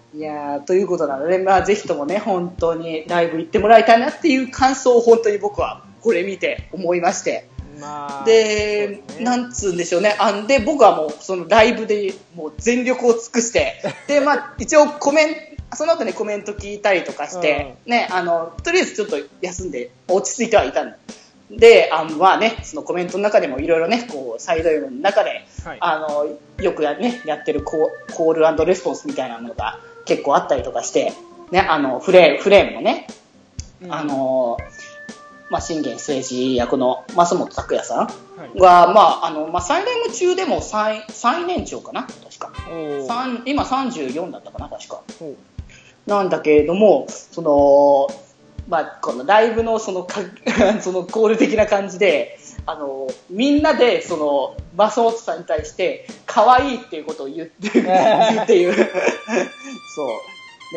いやー、ということなので、まあ、ぜひともね、本当にライブ行ってもらいたいなっていう感想を本当に僕はこれ見て思いまして。 まあ、 で、ね、なんつうんでしょうね。あんで、僕はもうそのライブでもう全力を尽くして、で、まあ、一応コメント、その後ね、コメント聞いたりとかして、うん、ね、あの、とりあえずちょっと休んで落ち着いてはいたんで、あの、まあね、そのコメントの中でもいろいろね、こう、サイド M の中で、はい、あの、よくやね、やってるコール&レスポンスみたいなものが結構あったりとかして、ね、あの、フレーム、フレームのね、うん、あの、まあ、信玄政治役の増本拓也さんが、はい、まあ、あの、まあ、最年中でも最、最年長かな確か。今さんじゅうよんだったかな確か。なんだけれども、その、まあ、このライブのそのか、そのコール的な感じで、あの、みんなで、その、増本さんに対して、可愛いっていうことを言って、言っていう。そう。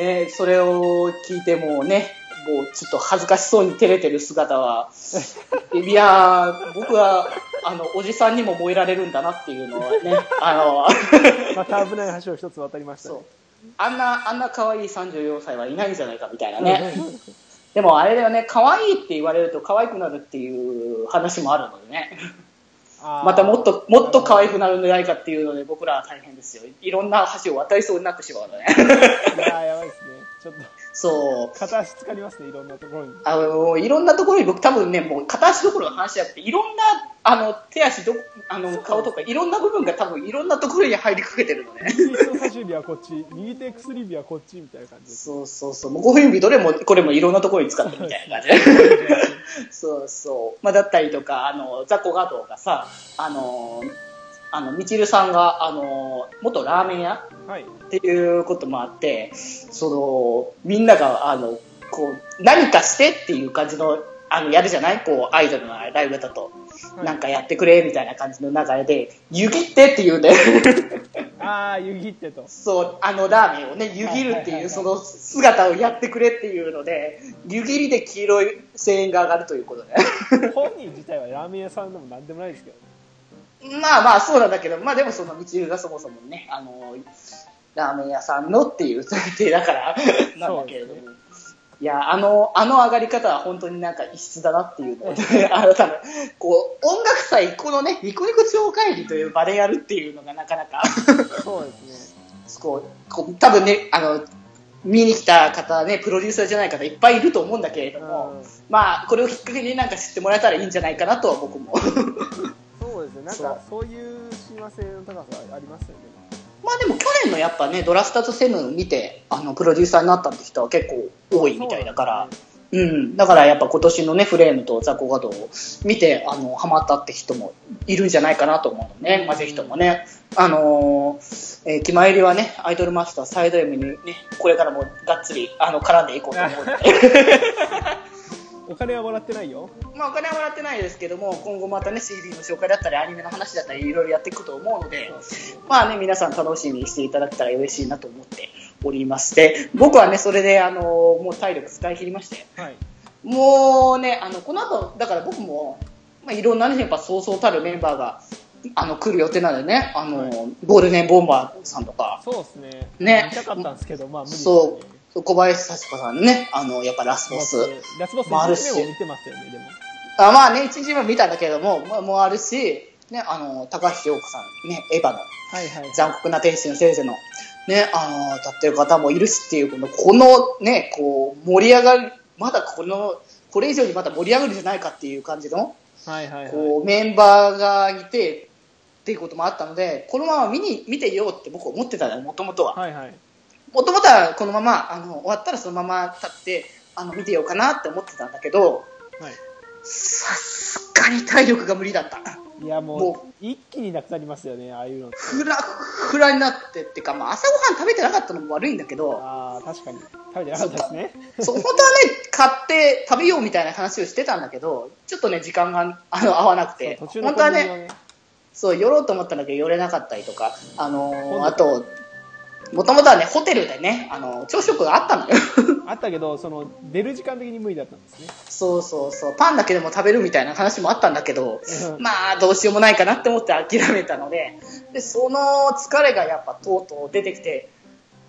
ね、それを聞いてもね、もうちょっと恥ずかしそうに照れてる姿は、いやー、僕は、あの、おじさんにも燃えられるんだなっていうのはね、あの、 また危ない橋を一つ渡りましたね。そう。 あんな、あんな可愛いさんじゅうよんさいはいないんじゃないかみたいなね。でもあれだよね、可愛いって言われると可愛くなるっていう話もあるのでね。またもっと、もっと可愛くなるんじゃないかっていうので僕らは大変ですよ。いろんな橋を渡りそうになってしまうのね。 いやー、やばいですね。ちょっと。 そう。 片足つかりますね、いろんなところに。 あの、いろんなところに僕多分ね、もう片足どころの話じゃなくて、いろんな、あの、手足ど、あの、顔とか、いろんな部分が多分いろんなところに入りかけてるのね。 右手人差し指はこっち、右手薬指はこっちみたいな感じです。 そうそうそう。もうご指どれも、これもいろんなところに使ってみたいな感じ。そうそう。まあ、だったりとか、あの、雑魚画像がさ、あの、あの、みちるさんが、あの、元ラーメン屋、はい、っていうこともあって、その、みんなが、あの、こう、何かしてっていう感じの、あの、やるじゃないこう、アイドルのライブだと。はい、なんかやってくれ、みたいな感じの流れで、湯切ってって言うんで。 ああ、湯切ってと。 そう、あのラーメンをね、湯切るっていう、その姿をやってくれっていうので、湯切りで黄色い声援が上がるということで。 本人自体はラーメン屋さんでもなんでもないですけどね。 まあまあそうなんだけど、まあでもその道がそもそもね、あの、ラーメン屋さんのっていう前提だからなんだけれども。ね、いや、あの、あの上がり方は本当になんか異質だなっていうのを、ね、改め、こう、音楽祭、このね、ニコニコ超会議という場でやるっていうのがなかなかそうですね。 こう、こう多分ね、あの、見に来た方ね、プロデューサーじゃない方いっぱいいると思うんだけれども、うん、まあ、これをきっかけになんか知ってもらえたらいいんじゃないかなとは僕も。 そうですね、なんかそういう親和性の高さありますよね。 まあでも去年のやっぱね、ドラスターズセブン見て、あの、プロデューサーになったって人は結構多いみたいだから、う、ね、うん。だからやっぱ今年のね、フレームとザコガドを見て、あの、ハマったって人もいるんじゃないかなと思うのね。まあぜひともね、あのー、えー、気前入りはね、アイドルマスターサイド M にね、これからもがっつり、あの、絡んでいこうと思うので。 お金はもらってないよ。 まあお金はもらってないですけども、今後またね シーディー の紹介だったりアニメの話だったりいろいろやっていくと思うので、まあね皆さん楽しみにしていただけたら嬉しいなと思っておりまして、僕はねそれであのもう体力使い切りまして、はい、もうねあのこの後だから僕もまあいろんなねやっぱそうそうたるメンバーがあの来る予定なのでね、あの、はい、ゴールデンボンバーさんとか、 そうですね。 ね、 見たかったんですけどまあ無理ですね。 そう。小林幸子さんね、あの、やっぱラスボス。 ラスボスいちにちめも見てますよね、でも。 あまあね、いちにちめも見たんだけども、もうあるし、ね、あの、高橋洋子さん、ね、エヴァの、はいはい、残酷な天使の先生の、ね、あの、歌ってる方もいるしっていう、この、このね、こう、盛り上がる、まだこの、これ以上にまた盛り上がるんじゃないかっていう感じの、はいはいはい、こう、メンバーがいて、っていうこともあったので、このまま見に、見ていようって僕は思ってたのよ、もともとは。はいはい。もともとはこのままあの終わったらそのまま立ってあの見てようかなって思ってたんだけど、はい、さすがに体力が無理だった。 いやもう、もう一気になくなりますよねああいうのって。 フラフラになってってか、まあ、朝ごはん食べてなかったのも悪いんだけど、 あ確かに食べてなかったですね。 そう本当はね買って食べようみたいな話をしてたんだけど、ちょっとね時間があの合わなくて、途中の本当はねそう寄ろうと思ったんだけど寄れなかったりとか、あのー、あともともとはね、ホテルでね、あの、朝食があったのよ。 あったけど、その、出る時間的に無理だったんですね。 そうそうそう。パンだけでも食べるみたいな話もあったんだけど、まあ、どうしようもないかなって思って諦めたので、で、その疲れがやっぱとうとう出てきて、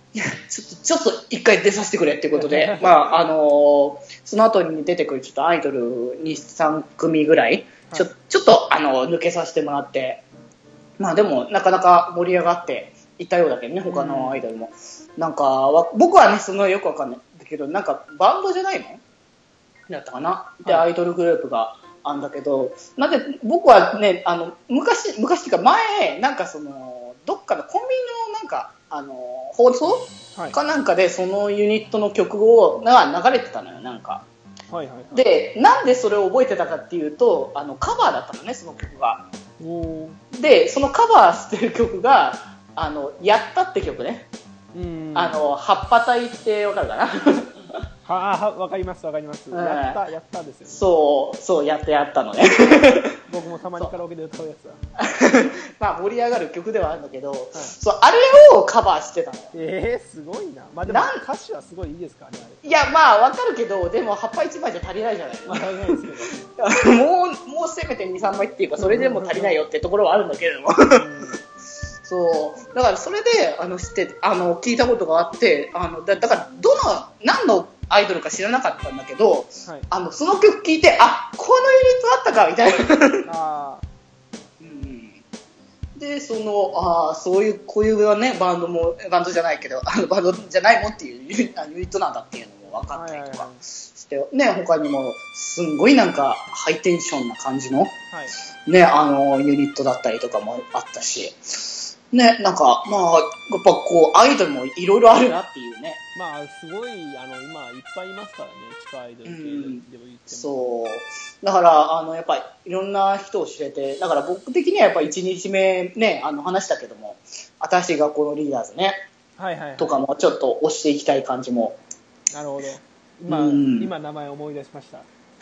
いやちょっとちょっと一回出させてくれっていうことでまああのー、その後に出てくるちょっとアイドルにさんくみぐらいちょ、はい、ちょっとあの抜けさせてもらって、まあでもなかなか盛り上がっていったようだけどね、他のアイドルも、うん、なんか僕はねそのよくわかんないけど、なんかバンドじゃないのだったかな、で、はい、アイドルグループがあんだけど、なんで僕はね、あの昔昔っていうか前なんかそのどっかのコンビニのなんかあの放送、はい、かなんかでそのユニットの曲をが流れてたのよ、なんか、はいはいはい、でなんでそれを覚えてたかっていうと、あのカバーだったのね、その曲が。でそのカバーしてる曲があのやったって曲ね、うん、あの葉っぱ隊ってわかるかなはあ、わかりますわかります、うん、やったやったですよね。 そうそうやってやったのね僕もたまにカラオケで歌うやつだまあ盛り上がる曲ではあるんだけど、はい、そうあれをカバーしてたの。 えー、すごいな。まあでも歌詞はすごいいいですからね、あれ。 いやまあわかるけど、でも葉っぱいちまいじゃ足りないじゃない。まあ足りないですけどもうもうせめてにさんまいっていうか、それでも足りないよってところはあるんだけれどもそうだからそれであの知ってあの聞いたことがあって、あの だ, だからどの何のアイドルか知らなかったんだけど、はい、あのその曲聴いて、あ、このユニットあったかみたいなあ、うん、でそのあそういうこういうねバンドもバンドじゃないけどあのバンドじゃないもんっていうユニットなんだっていうのも分かったりとかして、はいはいはい、ね、他にもすんごいなんかハイテンションな感じの、はい、ね、あのユニットだったりとかもあったしね、なんかまあやっぱこうアイドルもいろいろあるなっていうね。 まあすごいあの今いっぱいいますからね、地下アイドル系でも言っても、うん、 そうだからあのやっぱりいろんな人を知れて、だから僕的にはやっぱいちにちめね、あの話したけども、新しい学校のリーダーズね、はいはいはい、とかもちょっと推していきたい感じも。 なるほど、今、うん、今名前思い出しました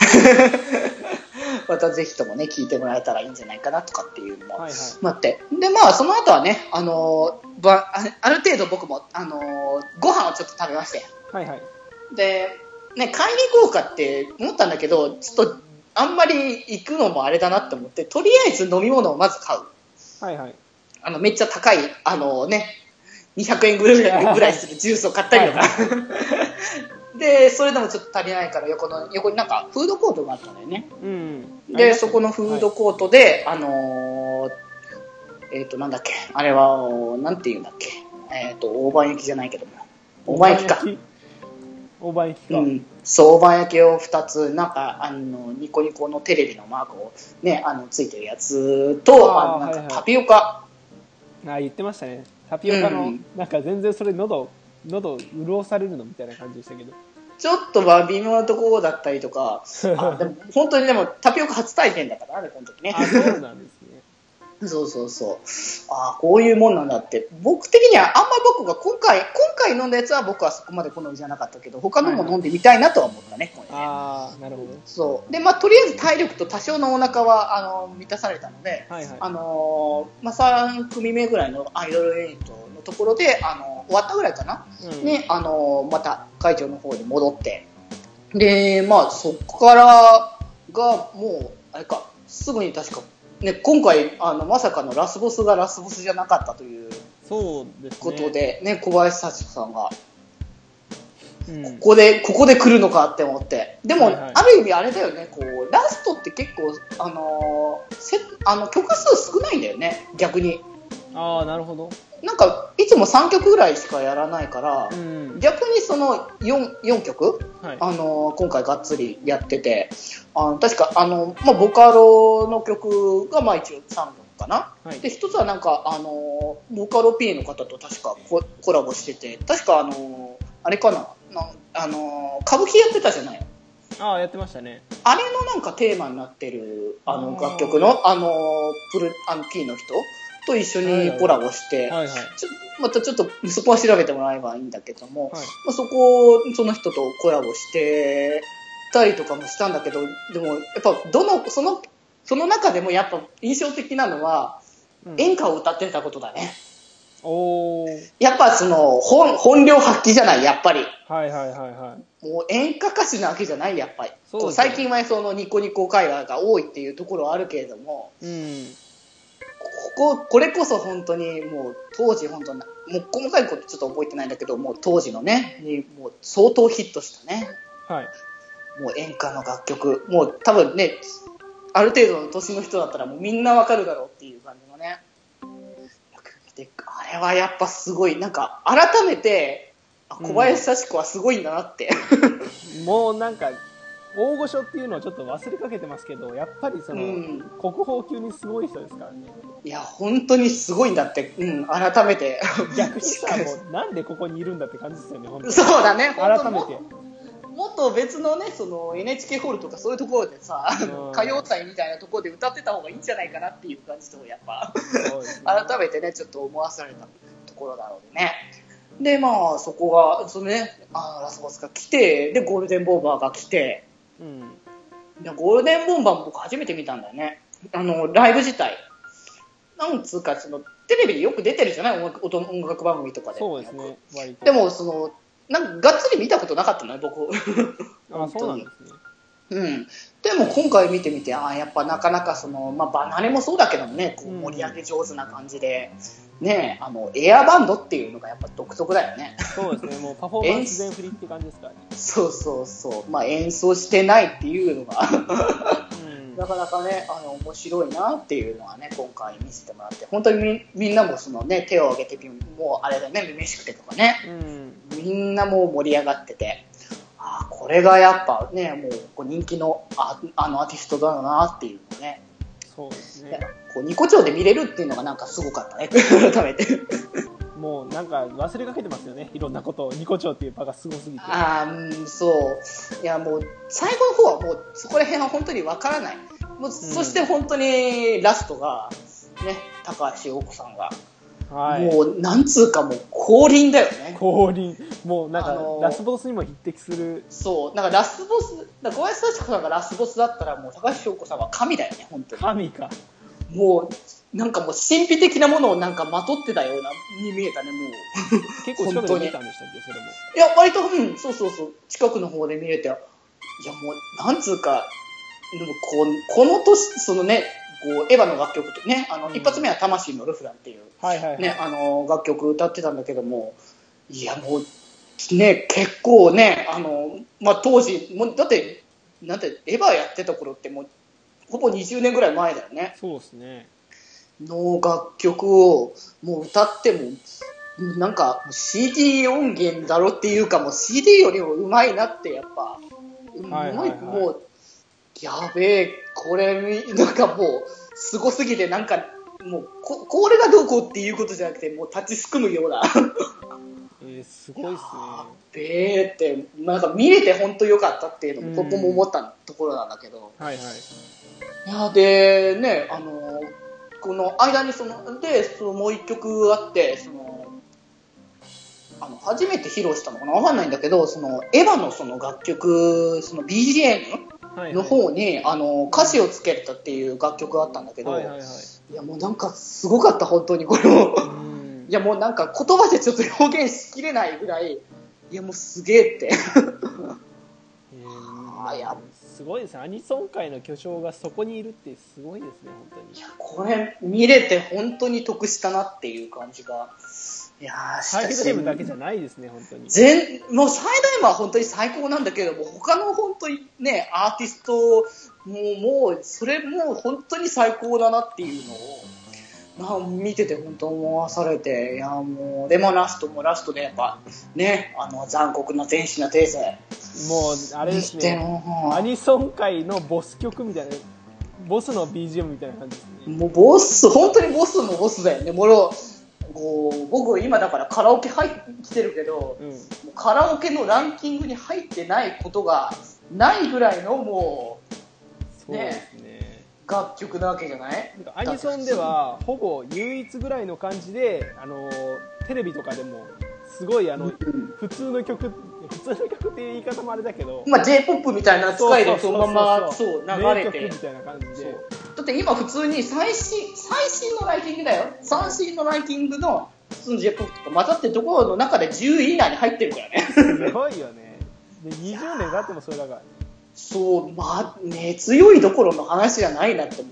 またぜひともね聞いてもらえたらいいんじゃないかなとかっていうのもあって、はいはい、でまあその後はね、あのー、ばある程度僕も、あのー、ご飯をちょっと食べまして、はいはい、で、ね、買いに行こうかって思ったんだけど、ちょっとあんまり行くのもあれだなって思って、とりあえず飲み物をまず買う、はいはい、あのめっちゃ高いあのー、ねにひゃくえんぐらいするジュースを買ったりとかでそれでもちょっと足りないから、横の横になんかフードコートがあったんだよね、うん、でそこのフードコートで、はい、あのー、えっ、ー、となんだっけあれはなんていうんだっけ、えっ、ー、と大判焼きじゃないけども大判焼きか大判焼きか、 うん、そう大判焼きをふたつ、なんかあのニコニコのテレビのマークをねあのついてるやつと、あのなんかタピオカ、 はいはい、あ言ってましたね、タピオカの、うん、なんか全然それ喉喉潤されるのみたいな感じでしたけど、 ちょっとまあ微妙なところだったりとかあでも本当にでもタピオカ初体験だからね、この時ね。 あ、そうなんですねそうそうそう、あこういうもんなんだって。僕的にはあんまり僕が今回今回飲んだやつは僕はそこまで好みじゃなかったけど、他のも飲んでみたいなとは思ったね、これね。 ああなるほど。 そうでまあとりあえず体力と多少のお腹はあの満たされたので、はいはい、あのまあさんくみめぐらいのアイドルユニットのところであの終わったぐらいかな、うん、ね、あのまた会場の方に戻って、でまあそこからがもうあれか、すぐに確かね、今回あのまさかのラスボスがラスボスじゃなかったということで、ね、小林幸子さんが、うん、ここでここで来るのかって思って、でも、はいはい、ある意味あれだよね、こうラストって結構あのせあの曲数少ないんだよね、逆に。 ああなるほど。 なんかいつもさんきょくぐらいしかやらないから、うん、逆にその 4, よんきょく、はい、あの今回がっつりやってて、あの確かあの、まあ、ボカロの曲がまあ一応さんきょくかな、はい、で一つはなんかあのボカロ P の方と確か コ, コラボしてて、確かあのあれかな、なあの歌舞伎やってたじゃない。 ああやってましたね。 あれのなんかテーマになってるあの楽曲のあのプルあの P の人と一緒にコラボして、はいはいはい、ちょまたちょっとそこは調べてもらえばいいんだけども、はい、まあ、そこその人とコラボしてたりとかもしたんだけど、でもやっぱどのそのその中でもやっぱ印象的なのは、うん、演歌を歌ってたことだね。おやっぱその 本, 本領発揮じゃない、やっぱり。はいはいはいはい。もう演歌歌手なわけじゃない、やっぱり。そうですね、最近はそのニコニコ会話が多いっていうところはあるけれども、うん、こここれこそ本当にもう当時本当にもう細かいことちょっと覚えてないんだけど、もう当時のねにもう相当ヒットしたね、 はい、 もう演歌の楽曲、もう多分ねある程度の年の人だったらもうみんなわかるだろうっていう感じのね。であれはやっぱすごい、なんか改めて小林幸子はすごいんだなって、 うん、もうなんか大御所っていうのをちょっと忘れかけてますけど、やっぱりその、うん、国宝級にすごい人ですからね。 いや本当にすごいんだって、うん、改めて逆にさもうなんでここにいるんだって感じですよね、本当に。 そうだね、 改めてもっと別のね、その エヌエイチケー ホールとかそういうところでさ、うん、歌謡祭みたいなところで歌ってた方がいいんじゃないかなっていう感じと、やっぱ、そうですね、改めてね、ちょっと思わされたところなのでね。で、まあ、そこが、そのね、あのラスボスが来て、で、ゴールデンボンバーが来て、うん、でゴールデンボンバーも僕初めて見たんだよね。あの、ライブ自体。なんつうか、その、テレビでよく出てるじゃない音楽、音楽番組とかで。 そうですね、割と。 でも、その、なんかがっつり見たことなかったのね、僕。 あ、そうなんですね。 うん。でも今回見てみて、ああ、やっぱなかなかその、まあ、離れもそうだけどね、こう盛り上げ上手な感じで、うん、ね、あの、エアバンドっていうのがやっぱ独特だよね。 そうですね、もうパフォーマンス全振りって感じですからね。 そうそうそう。まあ、演奏してないっていうのが、うん、なかなかね、あの、面白いなっていうのはね、今回見せてもらって、本当に み, みんなもそのね、手を挙げて、もうあれだね、めめしくてとかね、うん、みんなもう盛り上がってて、あ、これがやっぱね、もうこう人気の あ, あのアーティストだなっていうのね。 そうですね。 こうニコ町で見れるっていうのがなんかすごかったね。改めて。 もうなんか忘れかけてますよね。いろんなことを。ニコ町っていう場がすごすぎて。 ああ、うん、そう。いやもう最後の方はもうそこら辺は本当にわからない。もう、うん、そして本当にラストがね、高橋洋子さんが。はい、もうなんつうかもう降臨だよね。 降臨。もうなんかラスボスにも匹敵する。 そう。なんかラスボス、だ小林幸子さんがラスボスだったらもう高橋洋子さんは神だよね、本当に。 神か。 もうなんかもう神秘的なものをなんかまとってたようなに見えたね、もう。 結構近くで見たんでしたっけ、それも。 いや割とうんそうそうそう近くの方で見れて、いやもうなんつうか、でもここの年そのね。こうエヴァの楽曲とね、あの、うん、一発目は魂のルフランっていう、はいはいはい、ね、あの楽曲歌ってたんだけども、いやもうね結構ね、あのまあ当時もうだってなんてエヴァやってた頃ってもうほぼにじゅうねんぐらい前だよね。 そうですね。の楽曲をもう歌ってもなんか シーディー 音源だろっていうか、もう シーディー よりもうまいなってやっぱ、はいはいはい、もうやべえ、これなんかもうすごすぎて、なんかもう こ, これがどうこうっていうことじゃなくて、もう立ちすくむようなえー、すごいっすね。 やべえって、なんか見れて本当良かったっていうのもここも思ったところなんだけど、はいはい、いやでね、あのこの間にそのでそのもう一曲あって、そのあの初めて披露したのかな、わかんないんだけど、そのエヴァのその楽曲、その ビージーエム の方に、はいはい、あの歌詞をつけたっていう楽曲があったんだけど、はいはいはい、いやもうなんかすごかった本当にこれも。いやもうなんか言葉でちょっと表現しきれないぐらい、いやもうすげえって。 えー、あやすごいですね。アニソン界の巨匠がそこにいるってすごいですね本当に。 いやこれ見れて本当に得したなっていう感じが。いやーサイド M だけじゃないですね本当に。 全もうサイド M は本当に最高なんだけれども、他の本当にねアーティストもうもうそれも本当に最高だなっていうのを。まあ、見てて本当思わされて、いやもうでもラストもラストでやっぱね、あの残酷な天使な訂正、 もうあれですね、アニソン界のボス曲みたいな、ボスの ビージーエム みたいな感じですね。 もうボス、本当にボスもボスだよね。もろこう僕今だからカラオケ入ってきてるけど、うん、もうカラオケのランキングに入ってないことがないぐらいのもう、ね、そうですね、楽曲なわけじゃない？ アニソンではほぼ唯一ぐらいの感じで、あのテレビとかでもすごいあの、うん、普通の曲普通の曲っていう言い方もあれだけど、 まあ、J-ポップ みたいな扱いでそのままそう流れて、 名曲みたいな感じで、 だって今普通に最新最新のランキングだよ。最新のランキングの普通の J-ポップ とか混ざってるところの中でじゅうい以内に入ってるからね。 すごいよね。でにじゅうねん経ってもそれだからね。 そう、まあ、ね、強いどころの話じゃないなって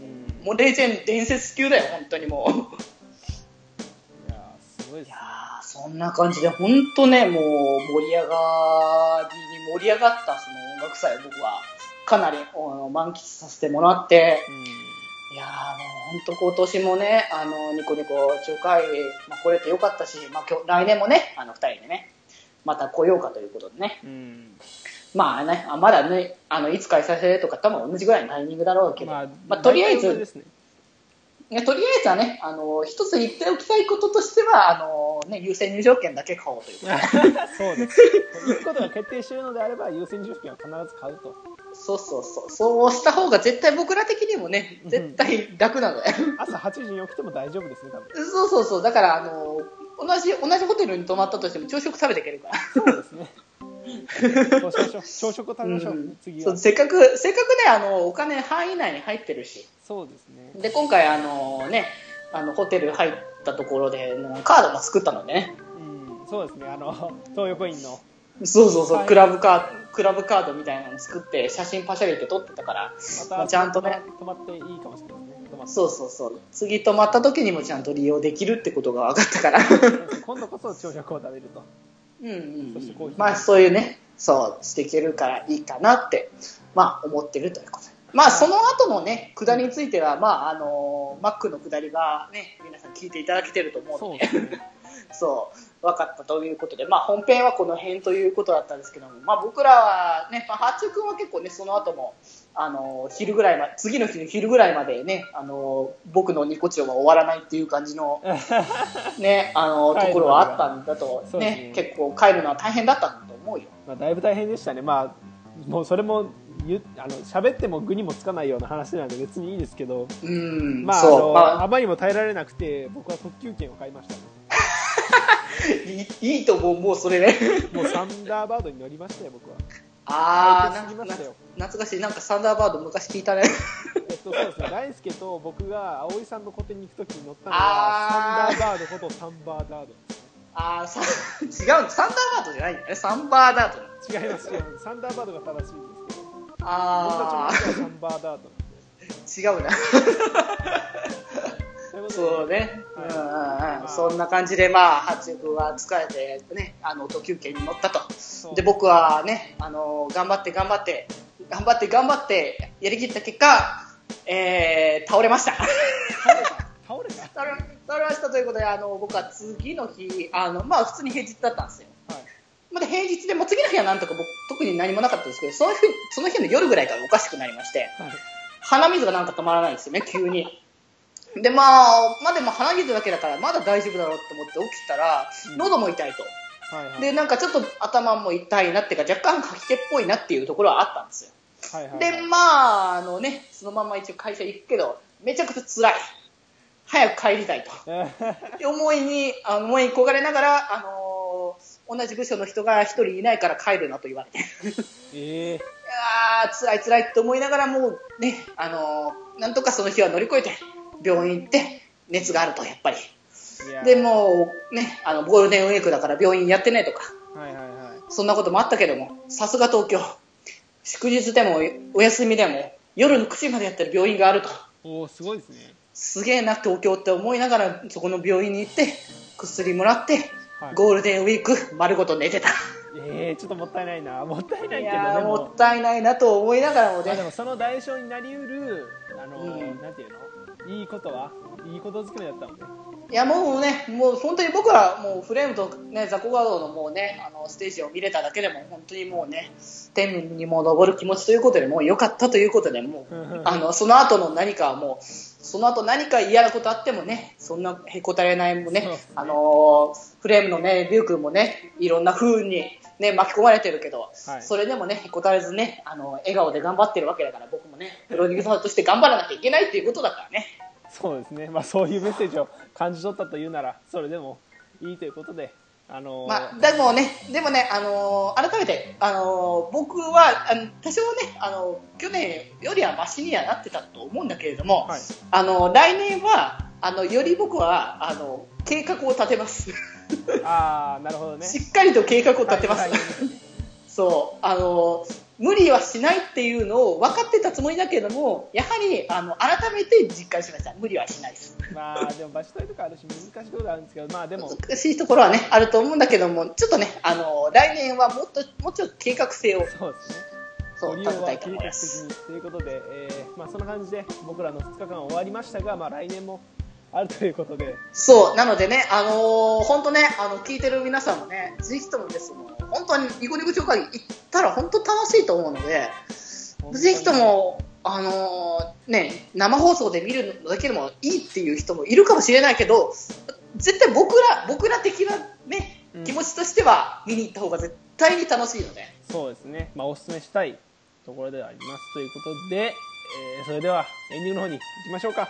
もうレジェンド伝説級だよ本当にもう。 いやーすごいですね。 いやーそんな感じで本当ねもう盛り上がりに盛り上がったその音楽祭を僕はかなり満喫させてもらって、うん、いやーもう本当今年もねあのニコニコ中華会、まあ、来れてよかったし、まあ、今日来年もねあのふたりでねまた来ようかということでね、うん、まあねまだねあのいつ開催されるとか多分同じぐらいのタイミングだろうけど、まあまあ、とりあえずですねいやとりあえずはね、あの一つ言っておきたいこととしてはあの、ね、優先入場券だけ買おうということそうです行くことが決定しているのであれば優先入場券は必ず買うと。 そうそうそうそうした方が絶対僕ら的にもね絶対楽なので朝はちじに起きても大丈夫ですね多分。 そうそうそうだからあの同じ同じホテルに泊まったとしても朝食食べていけるからそうですね朝食を食べましょう、うん、次はそうせっかくせっかくねあのお金範囲内に入ってるしそうですねで今回あのねあのホテル入ったところでカードも作ったのでね、 うん、そうですねあの東横インのそうそうそうクラブカードクラブカードみたいなの作って写真パシャリって撮ってたから、 またちゃんとね泊まっていいかもしれないですね。 そうそうそう次泊まった時にもちゃんと利用できるってことが分かったから今度こそ朝食を食べるとうんうん、うん、そしてコーヒーまあそういうねそうしていけるからいいかなってまあ思ってるということでまあその後のね下りについてはまああのマックの下りがね皆さん聞いていただけてると思うのでそうですねそう分かったということで、まあ、本編はこの辺ということだったんですけども、まあ、僕らはね、まあ、八中君は結構ねその後もあの昼ぐらいま次の日の昼ぐらいまでねあの僕のニコチオは終わらないっていう感じのねあのところはあったんだとね、ね結構帰るのは大変だったんだと思うよ、 まあ、だいぶ大変でしたね。まあもうそれもあの喋っても具にもつかないような話なんで別にいいですけど、うんまあ、あの、まあ、あまりにも耐えられなくて僕は特急券を買いましたねい, いいと思うもうそれねもうサンダーバードに乗りましたよ僕は。 ああ懐かしいなんかサンダーバード昔聞いたねえっとそうですね大輔と僕が葵さんの個展に行くときに乗ったのがサンダーバードことサンバーダードですね。 ああ、さ違うサンダーバードじゃないんだよねサンバーダード違います違いますサンダーバードが正しいんですけどああ僕たちのサンバーダードなんで違うなそうね、はい、うん、そんな感じでまあ八中君は疲れてねあの特急券に乗ったとで僕はねあの頑張って頑張って頑張って頑張ってやりきった結果、えー、倒れました倒れた倒れた倒れ倒れましたということであの僕は次の日あのまあ普通に平日だったんですよ、はい、まだ平日でも次の日はなんとか僕特に何もなかったんですけどその日その日の夜ぐらいからおかしくなりまして、はい、鼻水がなんか止まらないんですよね急にでまあ、まあでも鼻水だけだからまだ大丈夫だろうと思って起きたら、うん、喉も痛いと、はいはい、でなんかちょっと頭も痛いなっていうか若干吐き気っぽいなっていうところはあったんですよ、はいはいはい、でまああのねそのまま一応会社行くけどめちゃくちゃ辛い早く帰りたいと思いにあの思いに焦がれながら、あのー、同じ部署の人が一人いないから帰るなと言われてえー、あー辛い辛いと思いながらもうね、あのー、なんとかその日は乗り越えて病院行って熱があるとやっぱりでもうねあのゴールデンウィークだから病院やってねとか、はいはいはい、そんなこともあったけどもさすが東京祝日でもお休みでも夜のくじまでやってる病院があるとおーすごいですねすげえな東京って思いながらそこの病院に行って薬もらって、はい、ゴールデンウィーク丸ごと寝てたえー、ちょっともったいないなもったいないけどいやもったいないなと思いながらもね、 まあ、でもその代償になりうるあの、うん、なんていうのいいことはいいことづくめだったもんね。 いやもうねもう本当に僕はもうフレームとねザコガードのもうねあのステージを見れただけでも本当にもうね天にも昇る気持ちということでもう良かったということでもうあのその後の何かはもうその後何か嫌なことあってもねそんなへこたれないもねあのフレームのねリュウ君もねいろんな風にね巻き込まれてるけど、はい、それでもねへこたれずねあの笑顔で頑張ってるわけだから僕もねプロデューサーとして頑張らなきゃいけないっていうことだからね。 そうですね、まあ、そういうメッセージを感じ取ったというならそれでもいいということで、あのーまあ、でもね、でもね、あのー、改めて、あのー、僕はあの多少ね、あのー、去年よりはマシにはなってたと思うんだけれども、はい、あのー、来年はあのより僕はあの計画を立てますあーなるほどねしっかりと計画を立てます、はいはい、そうあの無理はしないっていうのを分かってたつもりだけども、やはりあの改めて実感しました。無理はしないです。 まあでも場所取りとかあるし難しいところあるんですけど、まあでも難しいところはねあると思うんだけども、ちょっとねあの来年はもっともうちょっと計画性をそうですね。 そう立てたいと計画的思います。 にということで、えー、まあそんな感じで僕らのふつかかん終わりましたが、まあ来年もあるということで、 そうなのでね、あのー、本当ねあの聞いてる皆さんもね、ぜひともですね、本当にニコニコ超会議行ったら本当楽しいと思うので、ぜひともあのー、ね生放送で見るのだけでもいいっていう人もいるかもしれないけど、絶対僕ら僕ら的なね、うん、気持ちとしては見に行った方が絶対に楽しいので、 そうですね。まあお勧めしたいところではありますということで、えー、それではエンディングの方に行きましょうか。はい。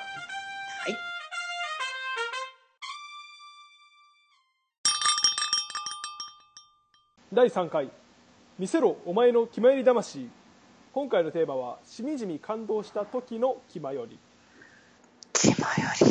だいさんかい見せろお前の気まより魂。今回のテーマはしみじみ感動した時の気まより。 気まより。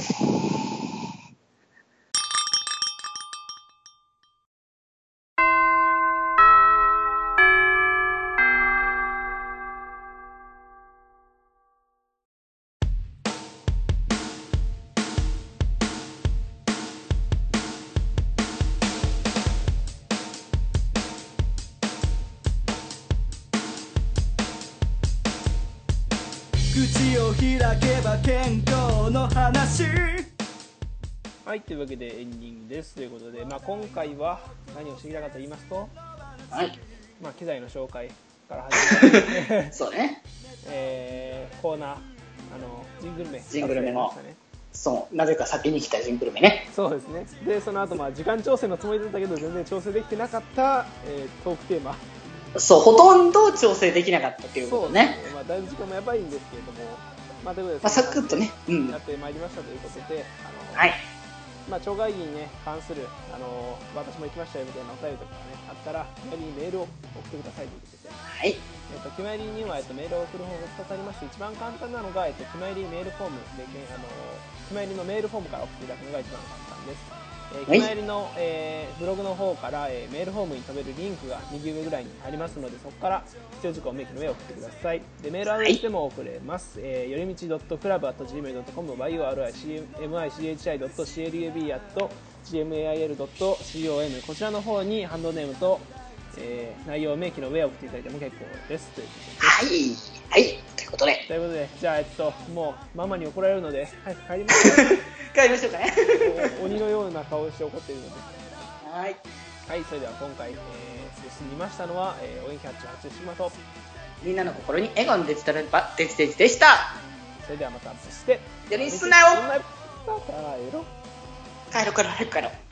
口を開けば健康の話。 はい、というわけでエンディングですということで、まあ、今回は何をしてきたかと言いますと、 はい、 まあ、機材の紹介から始まってそうね、 えー、コーナー、あのジングル名ジングル名の、そうなぜか先に来たジングル名ね。 そうですね。でその後、まあ時間調整のつもりだったけど全然調整できてなかった、えー、トークテーマ。 そう、ほとんど調整できなかったということね。 そうですね。まあ、だいぶ時間もやばいんですけれども、まあ、ということで、 まあ、サクッとね、 うん、やってまいりましたということで、あの、 はい。 まあ、町会議にね、関する、あの、私も行きましたよみたいなお便りとかね、あったら、きまりにメールを送ってくださいということで、 はい。 えっと、きまりには、えっと、メールを送る方法ふたつありまして、一番簡単なのが、えっと、きまりメールフォームで、あの、きまりのメールフォームから送っていただくのが一番簡単です。えー、きまりの、えー、ブログの方から、えー、メールフォームに飛べるリンクが右上ぐらいにありますので、そこから必要事項を明記の上送ってください。でメールアドレスでも送れます。はい、えー、よりみち .club アット ジーメール ドットコム ユーアールアイシーエムアイシーエイチアイ ドット シーエルユービー アット ジーエムエーアイエル ドット コム こちらの方にハンドネームと、えー、内容明記の上を送っていただいても結構ですということです。 はい、はい、ということで。 ということで、じゃあ、えっと、もうママに怒られるので、早く帰りましょう。 帰りましょうかね。 鬼のような顔をして怒っているので。 はい。 はい、それでは今回、えー、進みましたのは、えー、お元気はちじゅうはちシグマと、 みんなの心に笑顔のデジタルバデジデジでした。 それではまた、そして、 よりすなよ。 帰ろう。 帰ろう、帰ろう、帰ろう。